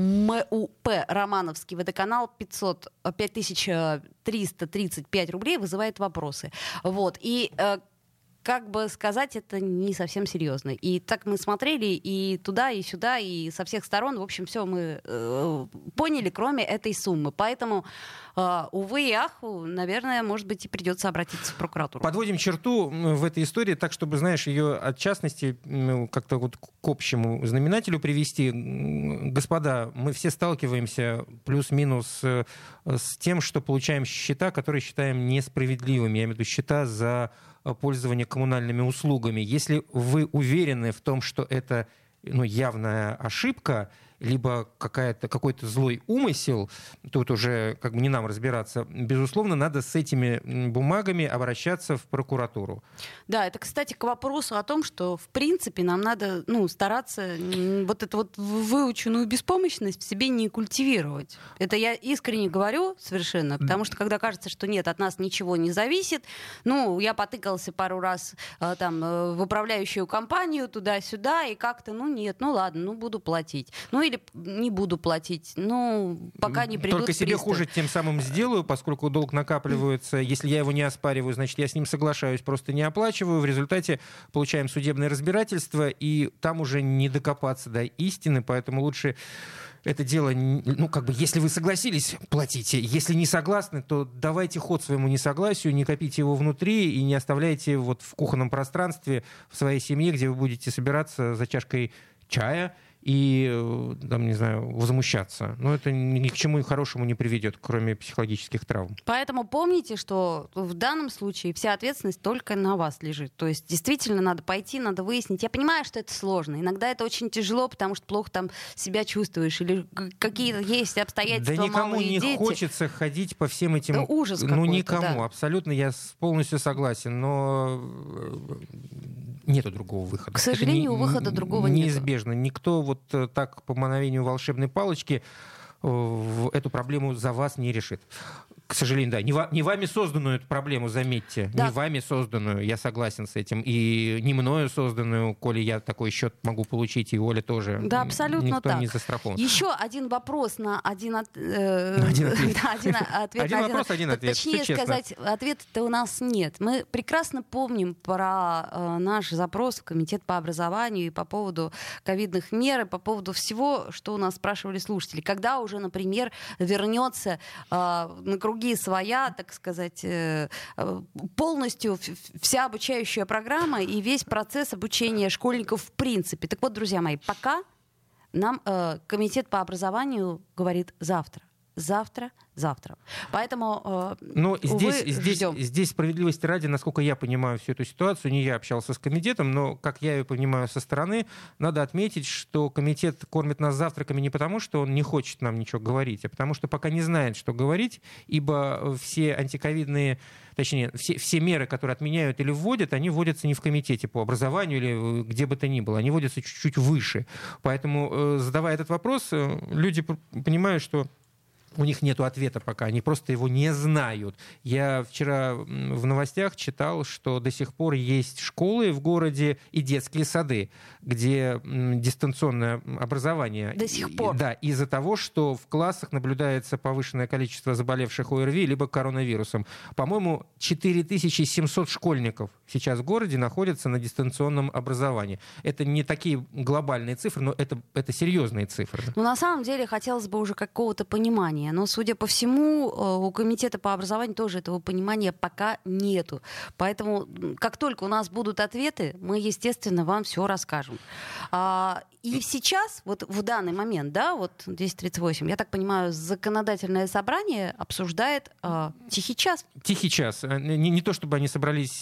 [SPEAKER 2] МУП Романовский водоканал пятьсот, пять тысяч триста тридцать пять рублей вызывает вопросы. Вот. И э, как бы сказать, это не совсем серьезно. И так мы смотрели и туда, и сюда, и со всех сторон. В общем, все мы э, поняли, кроме этой суммы. Поэтому, э, увы и ах, наверное, может быть, и придется обратиться в прокуратуру.
[SPEAKER 3] Подводим черту в этой истории так, чтобы, знаешь, ее от частности как-то вот к общему знаменателю привести. Господа, мы все сталкиваемся плюс-минус с тем, что получаем счета, которые считаем несправедливыми. Я имею в виду счета за пользование коммунальными услугами. Если вы уверены в том, что это ну, явная ошибка, либо какая-то, какой-то злой умысел, тут уже как бы не нам разбираться, безусловно, надо с этими бумагами обращаться в прокуратуру.
[SPEAKER 2] Да, это, кстати, к вопросу о том, что, в принципе, нам надо ну, стараться вот эту вот выученную беспомощность в себе не культивировать. Это я искренне говорю совершенно, потому что, когда кажется, что нет, от нас ничего не зависит, ну, я потыкался пару раз там в управляющую компанию туда-сюда, и как-то, ну, нет, ну, ладно, ну, буду платить. Ну, или не буду платить, ну, пока не придут
[SPEAKER 3] Только себе
[SPEAKER 2] приставы.
[SPEAKER 3] хуже тем самым сделаю, поскольку долг накапливается. Если я его не оспариваю, значит, я с ним соглашаюсь, просто не оплачиваю. В результате получаем судебное разбирательство, и там уже не докопаться до истины, поэтому лучше это дело, ну, как бы, если вы согласились, платите. Если не согласны, то давайте ход своему несогласию, не копите его внутри и не оставляйте вот в кухонном пространстве в своей семье, где вы будете собираться за чашкой чая и, там, не знаю, возмущаться. Но это ни к чему хорошему не приведет, кроме психологических травм.
[SPEAKER 2] Поэтому помните, что в данном случае вся ответственность только на вас лежит. То есть действительно надо пойти, надо выяснить. Я понимаю, что это сложно. Иногда это очень тяжело, потому что плохо там себя чувствуешь. Или какие-то есть обстоятельства,
[SPEAKER 3] да никому
[SPEAKER 2] малые
[SPEAKER 3] не
[SPEAKER 2] дети.
[SPEAKER 3] хочется ходить по всем этим...
[SPEAKER 2] Да ужас
[SPEAKER 3] ну,
[SPEAKER 2] какой-то,
[SPEAKER 3] никому.
[SPEAKER 2] да.
[SPEAKER 3] Абсолютно я полностью согласен. Но нету другого выхода.
[SPEAKER 2] К сожалению,
[SPEAKER 3] не,
[SPEAKER 2] выхода другого нет.
[SPEAKER 3] Неизбежно. Никто вот так по мановению волшебной палочки эту проблему за вас не решит. К сожалению, да. Не, ва- не вами созданную эту проблему, заметьте. Да. Не вами созданную, я согласен с этим. И не мною созданную, коли я такой счет могу получить, и Оля тоже.
[SPEAKER 2] Да, абсолютно
[SPEAKER 3] Никто
[SPEAKER 2] так.
[SPEAKER 3] не застрахован.
[SPEAKER 2] Еще один вопрос на один, от, э,
[SPEAKER 3] на один ответ.
[SPEAKER 2] Да, один ответ.
[SPEAKER 3] Один вопрос, один ответ.
[SPEAKER 2] Точнее
[SPEAKER 3] Все честно.
[SPEAKER 2] сказать, ответа-то у нас нет. Мы прекрасно помним про э, наш запрос в Комитет по образованию и по поводу ковидных мер, и по поводу всего, что у нас спрашивали слушатели. Когда уже, например, вернется э, на круги своя, так сказать, э, полностью вся обучающая программа и весь процесс обучения школьников в принципе. Так вот, друзья мои, пока нам э, Комитет по образованию говорит завтра. Завтра, завтра. Поэтому, э,
[SPEAKER 3] Но здесь,
[SPEAKER 2] увы,
[SPEAKER 3] здесь,
[SPEAKER 2] ждем.
[SPEAKER 3] здесь справедливости ради, насколько я понимаю всю эту ситуацию, не я общался с комитетом, но, как я ее понимаю со стороны, надо отметить, что комитет кормит нас завтраками не потому, что он не хочет нам ничего говорить, а потому что пока не знает, что говорить, ибо все антиковидные, точнее, все, все меры, которые отменяют или вводят, они вводятся не в комитете по образованию или где бы то ни было, они вводятся чуть-чуть выше. Поэтому, задавая этот вопрос, люди понимают, что у них нет ответа пока, они просто его не знают. Я вчера в новостях читал, что до сих пор есть школы в городе и детские сады, где дистанционное образование.
[SPEAKER 2] До сих пор?
[SPEAKER 3] Да, из-за того, что в классах наблюдается повышенное количество заболевших ОРВИ либо коронавирусом. По-моему, четыре тысячи семьсот школьников сейчас в городе находятся на дистанционном образовании. Это не такие глобальные цифры, но это, это серьезные цифры.
[SPEAKER 2] Ну, на самом деле, хотелось бы уже какого-то понимания. Но, судя по всему, у комитета по образованию тоже этого понимания пока нету. Поэтому, как только у нас будут ответы, мы, естественно, вам все расскажем. И сейчас, вот в данный момент, да, вот десять тридцать восемь, я так понимаю, законодательное собрание обсуждает э, тихий час.
[SPEAKER 3] Тихий час. Не, не то, чтобы они собрались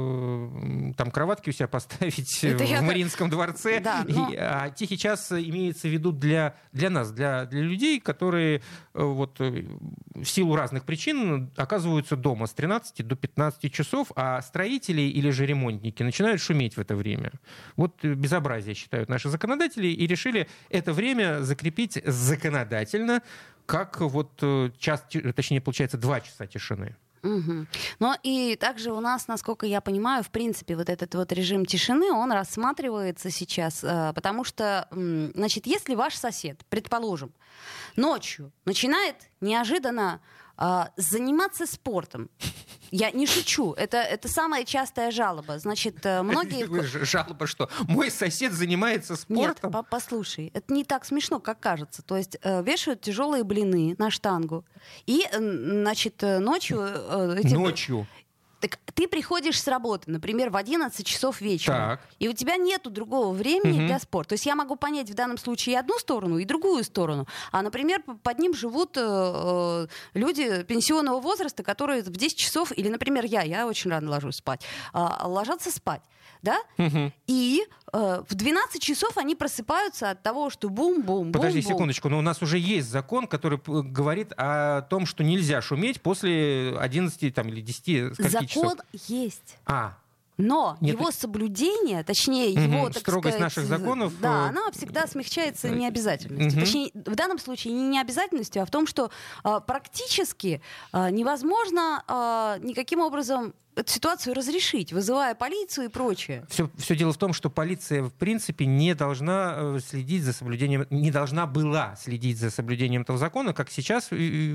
[SPEAKER 3] э, там кроватки у себя поставить это в я... Мариинском дворце, да, но... и, а тихий час имеется в виду для, для нас, для, для людей, которые э, вот, э, в силу разных причин оказываются дома с тринадцати до пятнадцати часов, а строители или же ремонтники начинают шуметь в это время. Вот безобразие, считают наши законодатели, и решили это время закрепить законодательно, как вот час, точнее, получается, два часа тишины.
[SPEAKER 2] Угу. Но и также у нас, насколько я понимаю, в принципе, вот этот вот режим тишины, он рассматривается сейчас, потому что, значит, если ваш сосед, предположим, ночью начинает неожиданно заниматься спортом, я не шучу, это, это самая частая жалоба. Значит, многие...
[SPEAKER 3] Жалоба что? Мой сосед занимается спортом?
[SPEAKER 2] Нет, послушай, это не так смешно, как кажется. То есть вешают тяжелые блины на штангу, и, значит, ночью... Эти...
[SPEAKER 3] Ночью?
[SPEAKER 2] Так ты приходишь с работы, например, в одиннадцать часов вечера,
[SPEAKER 3] так.
[SPEAKER 2] и у тебя нету другого времени угу. для спорта. То есть я могу понять в данном случае и одну сторону, и другую сторону. А, например, под ним живут э, люди пенсионного возраста, которые в десять часов, или, например, я, я очень рано ложусь спать, э, ложатся спать. Да? Угу. И э, в двенадцать часов они просыпаются от того, что бум-бум-бум.
[SPEAKER 3] Подожди секундочку, но у нас уже есть закон, который говорит о том, что нельзя шуметь после одиннадцати там, или десяти
[SPEAKER 2] Закон
[SPEAKER 3] часов.
[SPEAKER 2] есть.
[SPEAKER 3] А.
[SPEAKER 2] Но
[SPEAKER 3] Нет.
[SPEAKER 2] его соблюдение, точнее, угу. его, так
[SPEAKER 3] строгость
[SPEAKER 2] сказать,
[SPEAKER 3] наших законов...
[SPEAKER 2] Да, она всегда смягчается необязательностью. Угу. Точнее, в данном случае не необязательностью, а в том, что а, практически а, невозможно а, никаким образом эту ситуацию разрешить, вызывая полицию и прочее.
[SPEAKER 3] Все, все дело в том, что полиция, в принципе, не должна следить за соблюдением, не должна была следить за соблюдением этого закона, как сейчас,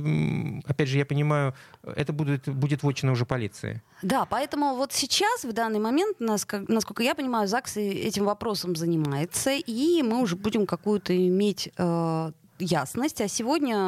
[SPEAKER 3] опять же, я понимаю, это будет, будет вотчина уже полиции.
[SPEAKER 2] Да, поэтому вот сейчас, в данный момент, насколько я понимаю, ЗАГС этим вопросом занимается, и мы уже будем какую-то иметь э, ясность. А сегодня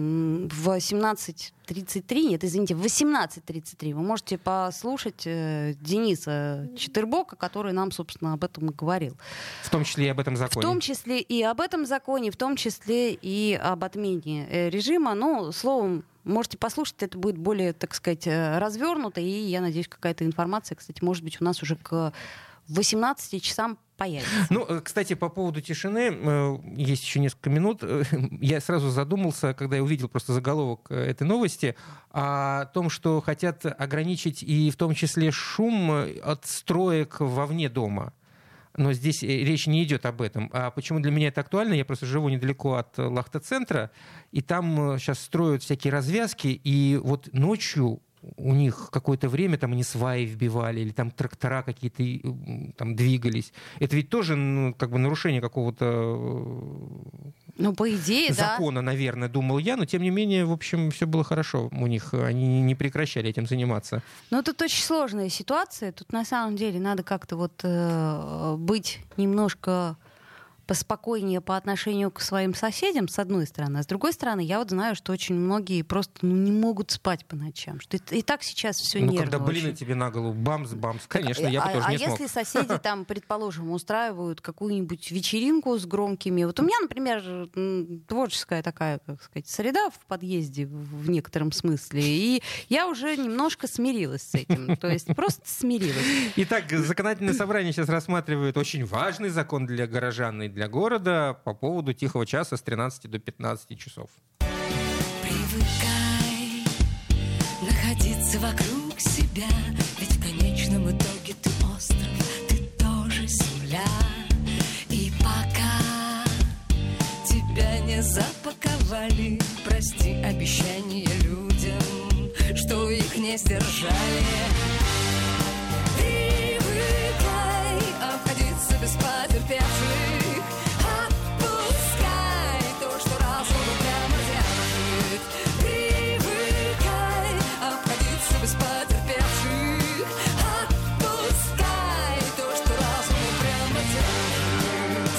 [SPEAKER 2] в семнадцать тридцать три, нет, извините, в восемнадцать тридцать три вы можете послушать э, Дениса Четырбока, который нам, собственно, об этом и говорил.
[SPEAKER 3] В том числе и об этом законе.
[SPEAKER 2] В том числе и об этом законе, в том числе и об отмене э, режима. Ну, словом, можете послушать, это будет более, так сказать, развернуто, и, я надеюсь, какая-то информация, кстати, может быть, у нас уже к восемнадцати часам появится.
[SPEAKER 3] Ну, кстати, по поводу тишины, есть еще несколько минут. Я сразу задумался, когда я увидел просто заголовок этой новости, о том, что хотят ограничить и в том числе шум от строек вовне дома. Но здесь речь не идет об этом. А почему для меня это актуально? Я просто живу недалеко от Лахта-центра, и там сейчас строят всякие развязки, и вот ночью у них какое-то время там они сваи вбивали, или там трактора какие-то там двигались. Это ведь тоже, ну, как бы нарушение какого-то
[SPEAKER 2] ну, по идее,
[SPEAKER 3] закона,
[SPEAKER 2] да.
[SPEAKER 3] наверное, думал я, но тем не менее, в общем, все было хорошо у них, они не прекращали этим заниматься.
[SPEAKER 2] Ну, тут очень сложная ситуация, тут на самом деле надо как-то вот э, быть немножко поспокойнее по отношению к своим соседям, с одной стороны. А с другой стороны, я вот знаю, что очень многие просто ну, не могут спать по ночам. Что и, и так сейчас все
[SPEAKER 3] ну,
[SPEAKER 2] нервно.
[SPEAKER 3] Когда блины
[SPEAKER 2] очень.
[SPEAKER 3] тебе на голову, бамс-бамс, конечно, я бы
[SPEAKER 2] а,
[SPEAKER 3] тоже
[SPEAKER 2] а
[SPEAKER 3] не смог.
[SPEAKER 2] А если соседи там, предположим, устраивают какую-нибудь вечеринку с громкими... Вот у меня, например, творческая такая, как сказать, среда в подъезде в некотором смысле, и я уже немножко смирилась с этим. То есть просто смирилась.
[SPEAKER 3] Итак, законодательное собрание сейчас рассматривает очень важный закон для горожан и для города по поводу тихого часа с тринадцати до пятнадцати часов.
[SPEAKER 7] Привыкай находиться вокруг себя, ведь в конечном итоге ты остров, ты тоже земля. И пока тебя не запаковали, прости, обещаю. обещания людям, что их не сдержали. Привыкай обходиться без потерпевших. Отпускай то, что разум прямо держит. Привыкай обходиться без потерпевших. Отпускай то, что разум прямо держит.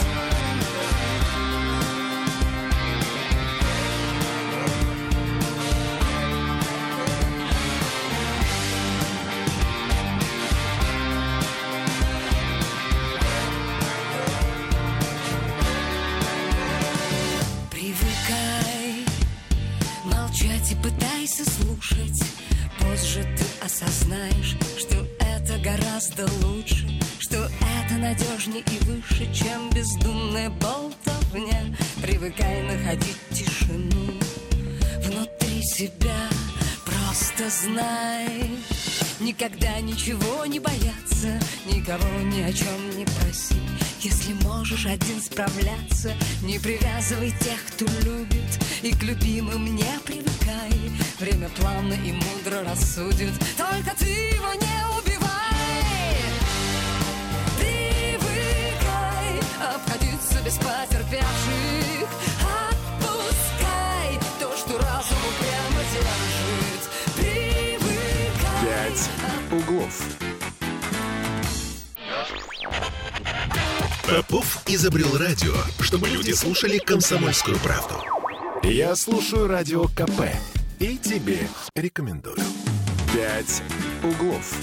[SPEAKER 7] Привыкай молчать и пытайся слушать. Позже ты осознаешь, что это гораздо лучше, что это надежнее и выше, чем бездумная болтовня. Привыкай находить тишину внутри себя. Просто знай, никогда ничего не бояться, никого ни о чем не проси. Если можешь один справляться, не привязывай тех, кто любит, и к любимым не привыкай. Время плавно и мудро рассудит, только ты его не убивай. Привыкай обходиться без потерпевших. Отпускай то, что разум упрямо держит. Привыкай.
[SPEAKER 1] «Пять углов». Попов изобрел радио, чтобы люди слушали «Комсомольскую правду». Я слушаю радио КП и тебе рекомендую. «Пять углов».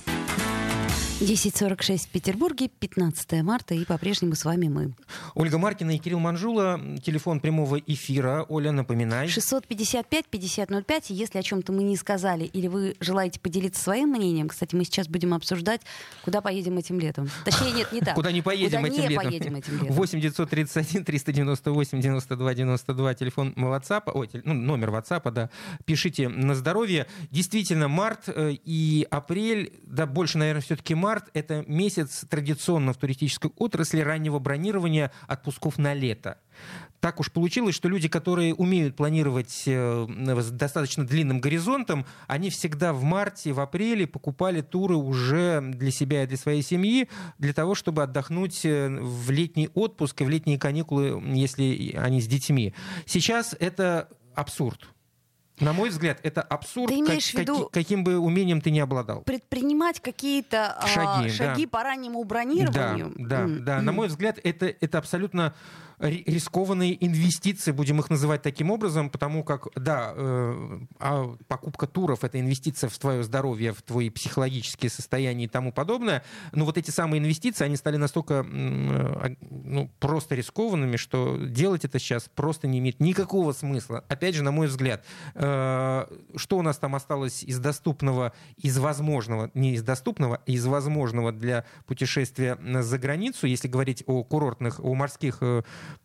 [SPEAKER 2] десять сорок шесть в Петербурге, пятнадцатое марта, и по-прежнему с вами мы.
[SPEAKER 3] Ольга Маркина и Кирилл Манжула. Телефон прямого эфира. Оля, напоминай.
[SPEAKER 2] шестьсот пятьдесят пять пятьдесят ноль пять. Если о чем-то мы не сказали, или вы желаете поделиться своим мнением, кстати, мы сейчас будем обсуждать, куда поедем этим летом. Точнее, нет, не так.
[SPEAKER 3] Куда не поедем
[SPEAKER 2] Куда
[SPEAKER 3] этим
[SPEAKER 2] не
[SPEAKER 3] летом.
[SPEAKER 2] поедем этим летом.
[SPEAKER 3] восемь девятьсот тридцать один триста девяносто восемь девяносто два девяносто два. Телефон WhatsApp, ой, ну, номер WhatsApp, да. Пишите на здоровье. Действительно, март э, и апрель, да, больше, наверное, все-таки март, это месяц Месяц традиционно в туристической отрасли раннего бронирования отпусков на лето. Так уж получилось, что люди, которые умеют планировать э, с достаточно длинным горизонтом, они всегда в марте, в апреле покупали туры уже для себя и для своей семьи, для того, чтобы отдохнуть в летний отпуск и в летние каникулы, если они с детьми. Сейчас это абсурд. На мой взгляд, это абсурд, как, виду, как, каким бы умением ты ни обладал.
[SPEAKER 2] Предпринимать какие-то шаги, а, шаги да. по раннему бронированию.
[SPEAKER 3] Да, да, mm-hmm. да. На мой взгляд, это, это абсолютно рискованные инвестиции, будем их называть таким образом, потому как, да, э, а покупка туров — это инвестиция в твое здоровье, в твои психологические состояния и тому подобное, но вот эти самые инвестиции, они стали настолько э, ну, просто рискованными, что делать это сейчас просто не имеет никакого смысла. Опять же, на мой взгляд, э, что у нас там осталось из доступного, из возможного, не из доступного, а из возможного для путешествия за границу, если говорить о курортных, о морских э,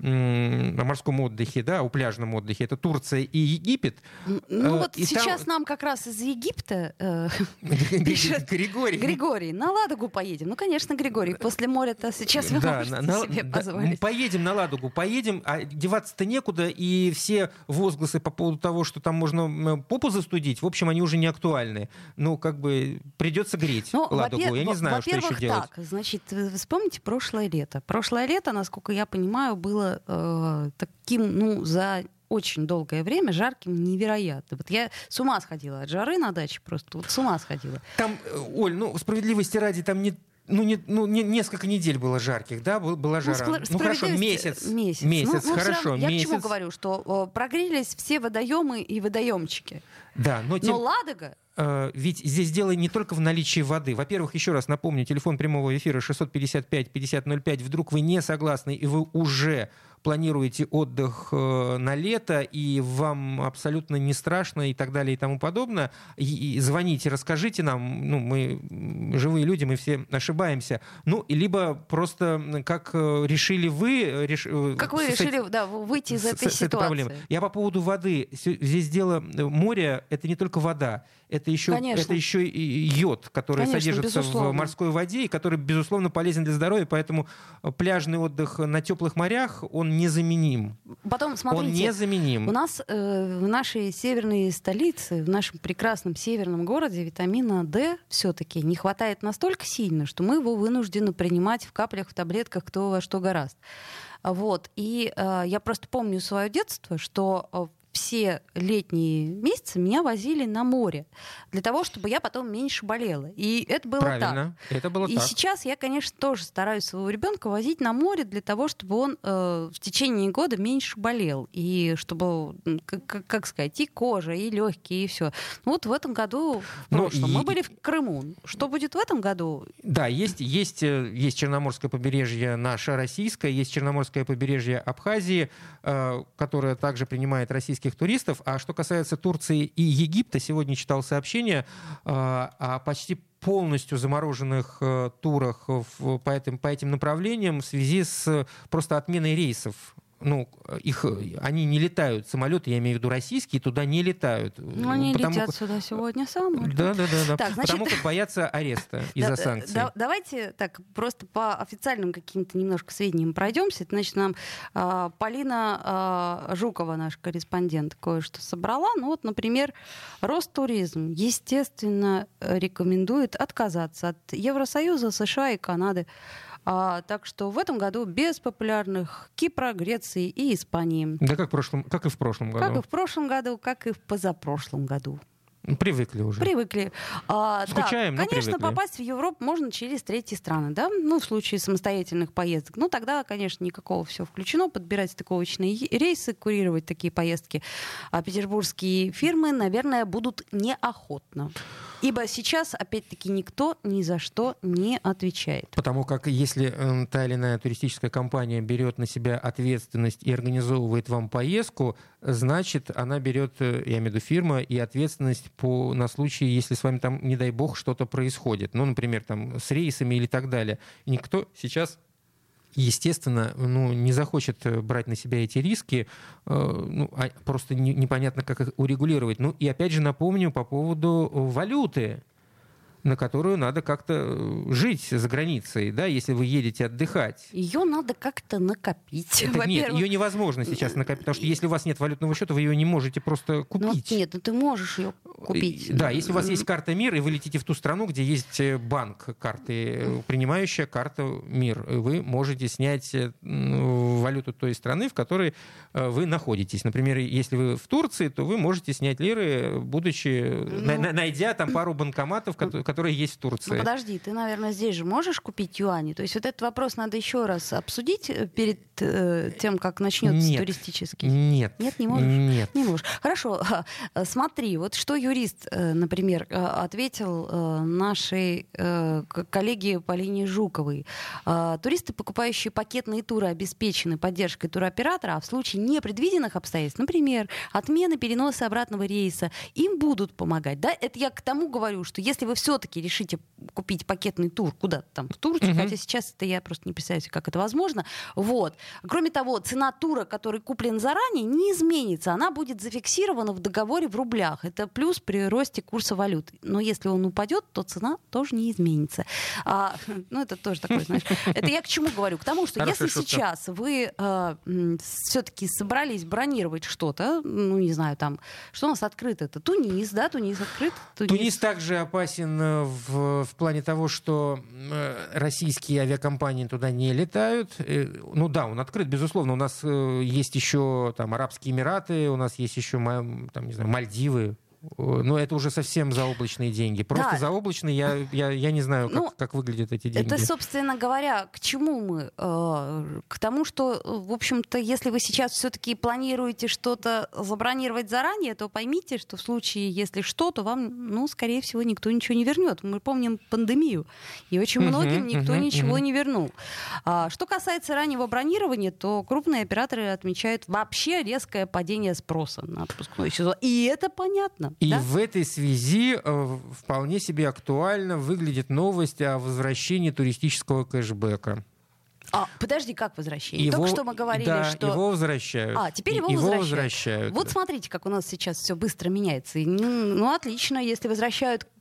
[SPEAKER 3] о морском отдыхе, да, о пляжном отдыхе, это Турция и Египет.
[SPEAKER 2] Ну вот
[SPEAKER 3] и
[SPEAKER 2] сейчас
[SPEAKER 3] там...
[SPEAKER 2] нам как раз из Египта э,
[SPEAKER 3] пишет Григорий.
[SPEAKER 2] Григорий, на Ладогу поедем. Ну, конечно, Григорий, после моря-то сейчас вы
[SPEAKER 3] да,
[SPEAKER 2] можете
[SPEAKER 3] на,
[SPEAKER 2] себе
[SPEAKER 3] да,
[SPEAKER 2] позволить.
[SPEAKER 3] Поедем на Ладогу, поедем, а деваться-то некуда, и все возгласы по поводу того, что там можно попу застудить, в общем, они уже не актуальны. Ну, как бы придется греть ну, Ладогу. Я не знаю, что еще делать.
[SPEAKER 2] Так, значит, вы вспомните прошлое лето. Прошлое лето, насколько я понимаю, было э, таким, ну, за очень долгое время жарким невероятно. Вот я с ума сходила от жары на даче, просто вот с ума сходила.
[SPEAKER 3] Там, Оль, ну, справедливости ради, там не Ну, не, ну не, несколько недель было жарких, да, была жара. Ну, ну хорошо, месяц.
[SPEAKER 2] Месяц,
[SPEAKER 3] месяц
[SPEAKER 2] ну, ну,
[SPEAKER 3] хорошо,
[SPEAKER 2] равно, я
[SPEAKER 3] месяц.
[SPEAKER 2] Я к чему говорю, что о, прогрелись все водоемы и водоемчики.
[SPEAKER 3] Да, но, тем,
[SPEAKER 2] но Ладога...
[SPEAKER 3] Э, ведь здесь дело не только в наличии воды. Во-первых, еще раз напомню, телефон прямого эфира шестьсот пятьдесят пять пятьдесят ноль пять. Вдруг вы не согласны, и вы уже планируете отдых э, на лето, и вам абсолютно не страшно, и так далее, и тому подобное, и, и звоните, расскажите нам. Ну, мы живые люди, мы все ошибаемся. Ну, и либо просто как решили вы... Реш...
[SPEAKER 2] Как вы
[SPEAKER 3] с,
[SPEAKER 2] решили да, выйти из этой
[SPEAKER 3] с,
[SPEAKER 2] ситуации.
[SPEAKER 3] С Я по поводу воды. Здесь дело... Море — это не только вода. Это еще, это еще и йод, который Конечно, содержится безусловно. в морской воде, и который, безусловно, полезен для здоровья. Поэтому пляжный отдых на теплых морях, он он незаменим.
[SPEAKER 2] Потом, смотрите,
[SPEAKER 3] он незаменим.
[SPEAKER 2] У нас э, в нашей северной столице, в нашем прекрасном северном городе витамина D все-таки не хватает настолько сильно, что мы его вынуждены принимать в каплях, в таблетках, кто во что гораст. Вот. И э, я просто помню свое детство, что э, все летние месяцы меня возили на море для того, чтобы я потом меньше болела. И это было
[SPEAKER 3] Правильно.
[SPEAKER 2] так.
[SPEAKER 3] Это было
[SPEAKER 2] и
[SPEAKER 3] так.
[SPEAKER 2] сейчас я, конечно, тоже стараюсь своего ребенка возить на море для того, чтобы он э, в течение года меньше болел. И чтобы, как, как сказать, и кожа, и легкие, и все. Ну, вот в этом году, в
[SPEAKER 3] Ну,
[SPEAKER 2] прошлом,
[SPEAKER 3] и-
[SPEAKER 2] мы были в Крыму. Что будет в этом году?
[SPEAKER 3] Да, есть, есть, э, есть Черноморское побережье наше российское, есть Черноморское побережье Абхазии, э, которое также принимает российских туристов. А что касается Турции и Египта, сегодня читал сообщение э, о почти полностью замороженных э, турах в- по, этим, по этим направлениям в связи с э, просто отменой рейсов. Ну, их, они не летают, самолеты, я имею в виду российские, туда не летают.
[SPEAKER 2] Ну, они
[SPEAKER 3] Потому
[SPEAKER 2] летят
[SPEAKER 3] как-
[SPEAKER 2] сюда сегодня сам.
[SPEAKER 3] Да, да, да, да.
[SPEAKER 2] Так, значит-
[SPEAKER 3] Потому как боятся ареста из-за
[SPEAKER 2] Да,
[SPEAKER 3] санкций.
[SPEAKER 2] да, давайте так просто по официальным каким-то немножко сведениям пройдемся. Это, значит, нам а, Полина а, Жукова, наш корреспондент, кое-что собрала. Ну вот, например, Ростуризм, естественно, рекомендует отказаться от Евросоюза, США и Канады. А, так что в этом году без популярных Кипра, Греции и Испании.
[SPEAKER 3] Да как, в прошлом, как и в прошлом году.
[SPEAKER 2] Как и в прошлом году, как и в позапрошлом году.
[SPEAKER 3] Привыкли уже.
[SPEAKER 2] Привыкли. А,
[SPEAKER 3] Скучаем,
[SPEAKER 2] да,
[SPEAKER 3] но
[SPEAKER 2] конечно,
[SPEAKER 3] привыкли.
[SPEAKER 2] попасть в Европу можно через третьи страны, да, ну, в случае самостоятельных поездок. Ну, тогда, конечно, никакого все включено, подбирать стыковочные е- рейсы, курировать такие поездки. А петербургские фирмы, наверное, будут неохотно. Ибо сейчас, опять-таки, никто ни за что не отвечает.
[SPEAKER 3] Потому как если э, та или иная туристическая компания берет на себя ответственность и организовывает вам поездку, значит, она берет, э, я имею в виду фирма, и ответственность по, на случай, если с вами там, не дай бог, что-то происходит. Ну, например, там, с рейсами или так далее. И никто сейчас... естественно, ну, не захочет брать на себя эти риски, э, ну, а просто не- непонятно, как их урегулировать. Ну, и опять же напомню по поводу валюты, на которую надо как-то жить за границей, да, если вы едете отдыхать.
[SPEAKER 2] Ее надо как-то накопить.
[SPEAKER 3] Это нет,
[SPEAKER 2] Во-первых.
[SPEAKER 3] ее невозможно сейчас накопить, потому что если у вас нет валютного счета, вы ее не можете просто
[SPEAKER 2] Ну,
[SPEAKER 3] купить.
[SPEAKER 2] нет, ну ты можешь ее купить.
[SPEAKER 3] И- Да, если у вас есть карта МИР, и вы летите в ту страну, где есть э, банк карты, э, принимающая карту МИР, вы можете снять э, м, валюту той страны, в которой э, вы находитесь. Например, если вы в Турции, то вы можете снять лиры, будучи, на- на- найдя там пару банкоматов, ко- которые есть в Турции.
[SPEAKER 2] Ну подожди, ты, наверное, здесь же можешь купить юани? То есть вот этот вопрос надо еще раз обсудить э, перед э, тем, как начнется
[SPEAKER 3] Нет.
[SPEAKER 2] туристический.
[SPEAKER 3] Нет.
[SPEAKER 2] Нет, не можешь?
[SPEAKER 3] Нет.
[SPEAKER 2] Не можешь. Хорошо. А, Смотри, вот что юрист, э, например, э, ответил э, нашей э, к- коллеге Полине Жуковой. А, Туристы, покупающие пакетные туры, обеспечены поддержкой туроператора, а в случае непредвиденных обстоятельств, например, отмены переноса обратного рейса, им будут помогать. Да? Это я к тому говорю, что если вы все-таки решите купить пакетный тур куда-то там в Турцию,
[SPEAKER 3] Мгм.
[SPEAKER 2] хотя сейчас это я просто не представляю себе, как это возможно. Вот. Кроме того, цена тура, который куплен заранее, не изменится. Она будет зафиксирована в договоре в рублях. Это плюс при росте курса валют. Но если он упадет, то цена тоже не изменится. А, ну, это тоже такое, знаешь. Это я к чему говорю? К тому, что
[SPEAKER 3] Хорошая
[SPEAKER 2] если
[SPEAKER 3] шутка.
[SPEAKER 2] сейчас вы все-таки собрались бронировать что-то, ну, не знаю, там, что у нас открыто? Это Тунис, да? Тунис открыт?
[SPEAKER 3] Тунис также опасен э, в, в плане того, что э, российские авиакомпании туда не летают. Э, Ну да, он открыт, безусловно. У нас э, есть еще там Арабские Эмираты, у нас есть еще ма- там, не знаю, Мальдивы. Э, Но это уже совсем заоблачные деньги. Просто
[SPEAKER 2] Да.
[SPEAKER 3] заоблачные, я, я, я не знаю, как,
[SPEAKER 2] Ну,
[SPEAKER 3] как выглядят эти деньги.
[SPEAKER 2] Это, собственно говоря, к чему мы? Э, К тому, что, э, в общем-то, если вы сейчас все-таки планируете что-то забронировать заранее, то поймите, что в случае, если что, то вам, ну, скорее всего, никто ничего не вернет. Мы помним пандемию, и очень
[SPEAKER 3] Мгм,
[SPEAKER 2] многим никто
[SPEAKER 3] мгм,
[SPEAKER 2] ничего
[SPEAKER 3] мгм.
[SPEAKER 2] не вернул. А что касается раннего бронирования, то крупные операторы отмечают вообще резкое падение спроса на отпускной сезон. И это понятно.
[SPEAKER 3] И
[SPEAKER 2] да?
[SPEAKER 3] в этой связи э, вполне себе актуально выглядит новость о возвращении туристического кэшбэка.
[SPEAKER 2] А, подожди, как возвращение?
[SPEAKER 3] Его-
[SPEAKER 2] Только что мы говорили,
[SPEAKER 3] да,
[SPEAKER 2] что...
[SPEAKER 3] его возвращают.
[SPEAKER 2] А, теперь
[SPEAKER 3] И-
[SPEAKER 2] его,
[SPEAKER 3] его
[SPEAKER 2] возвращают.
[SPEAKER 3] возвращают.
[SPEAKER 2] Вот смотрите, как у нас сейчас все быстро меняется. И, ну, ну, отлично, если возвращают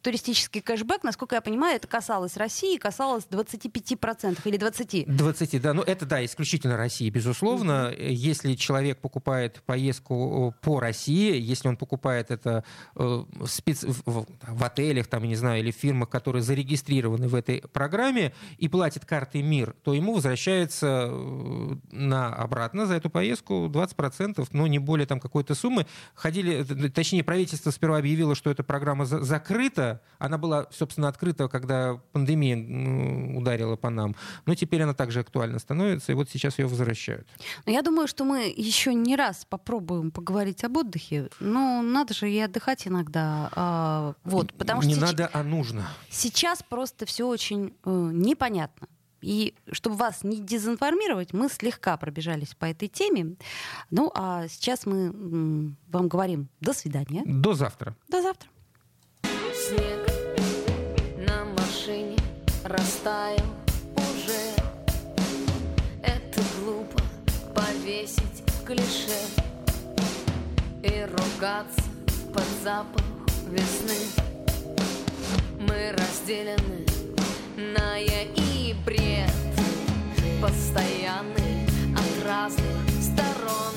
[SPEAKER 2] туристический кэшбэк, насколько я понимаю, это касалось России, касалось двадцать пять процентов или двадцать.
[SPEAKER 3] двадцать, да. Ну, это, да, исключительно России, безусловно. Mm-hmm. Если человек покупает поездку по России, если он покупает это э, спец... в, в отелях, там, я не знаю, или в фирмах, которые зарегистрированы в этой программе, и платит картой МИР, то ему возвращается на, обратно за эту поездку двадцать процентов, но не более там какой-то суммы. Ходили, точнее, правительство сперва объявило, что эта программа за, закрыта. Она была, собственно, открыта, когда пандемия ну, ударила по нам. Но теперь она также актуальна становится, и вот сейчас ее возвращают.
[SPEAKER 2] Но я думаю, что мы еще не раз попробуем поговорить об отдыхе. Но надо же и отдыхать иногда. А, вот, потому
[SPEAKER 3] не
[SPEAKER 2] что
[SPEAKER 3] надо, а нужно.
[SPEAKER 2] Сейчас просто все очень э, непонятно. И чтобы вас не дезинформировать, мы слегка пробежались по этой теме. Ну, а сейчас мы м, вам говорим до свидания.
[SPEAKER 3] До завтра.
[SPEAKER 2] До завтра.
[SPEAKER 7] Снег на машине растаял уже. Это глупо повесить клише и ругаться под запах весны. Мы разделены на я и бред, постоянный от разных сторон.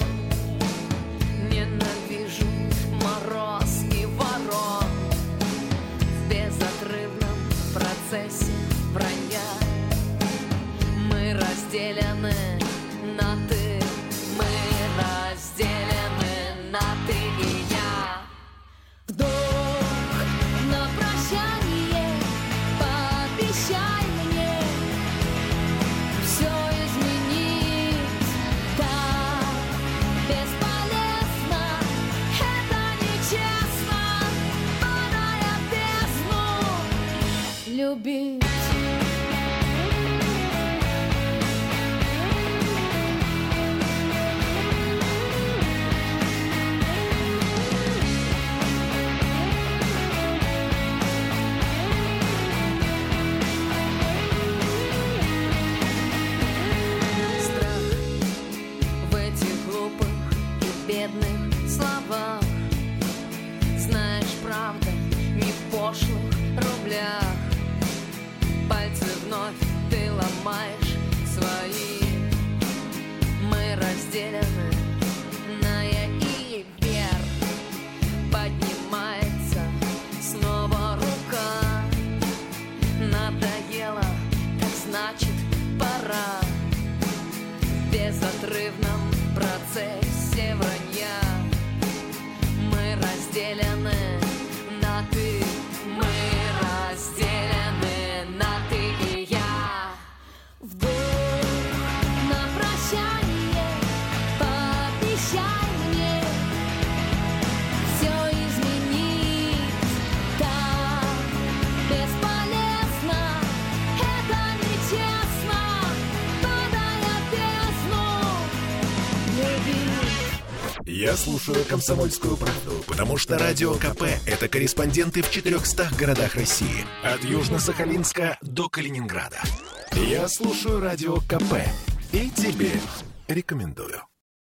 [SPEAKER 7] Ненавижу мороз и ворон в безотрывном процессе вранья. Мы разделены на ты, мы разделены на ты и я. Вдох на прощание, пообещай мне все изменить. Так бесполезно, это нечестно, падая в бездну, любить. Бедных словах, знаешь, правда, не в пошлых рублях. Пальцы вновь ты ломаешь свои. Мы разделены на я и вверх. Поднимается снова рука. Надоело, так значит пора. В безотрывном процессе вранья мы разделены на ты, мы разделены на ты и я. Вдох на прощание, пообещай мне все изменить. Так бесполезно, это нечестно, падая в бездну, любить.
[SPEAKER 1] Я слушаю «Комсомольскую правду», потому что Радио КП — это корреспонденты в четырехстах городах России. От Южно-Сахалинска до Калининграда. Я слушаю Радио КП и тебе рекомендую.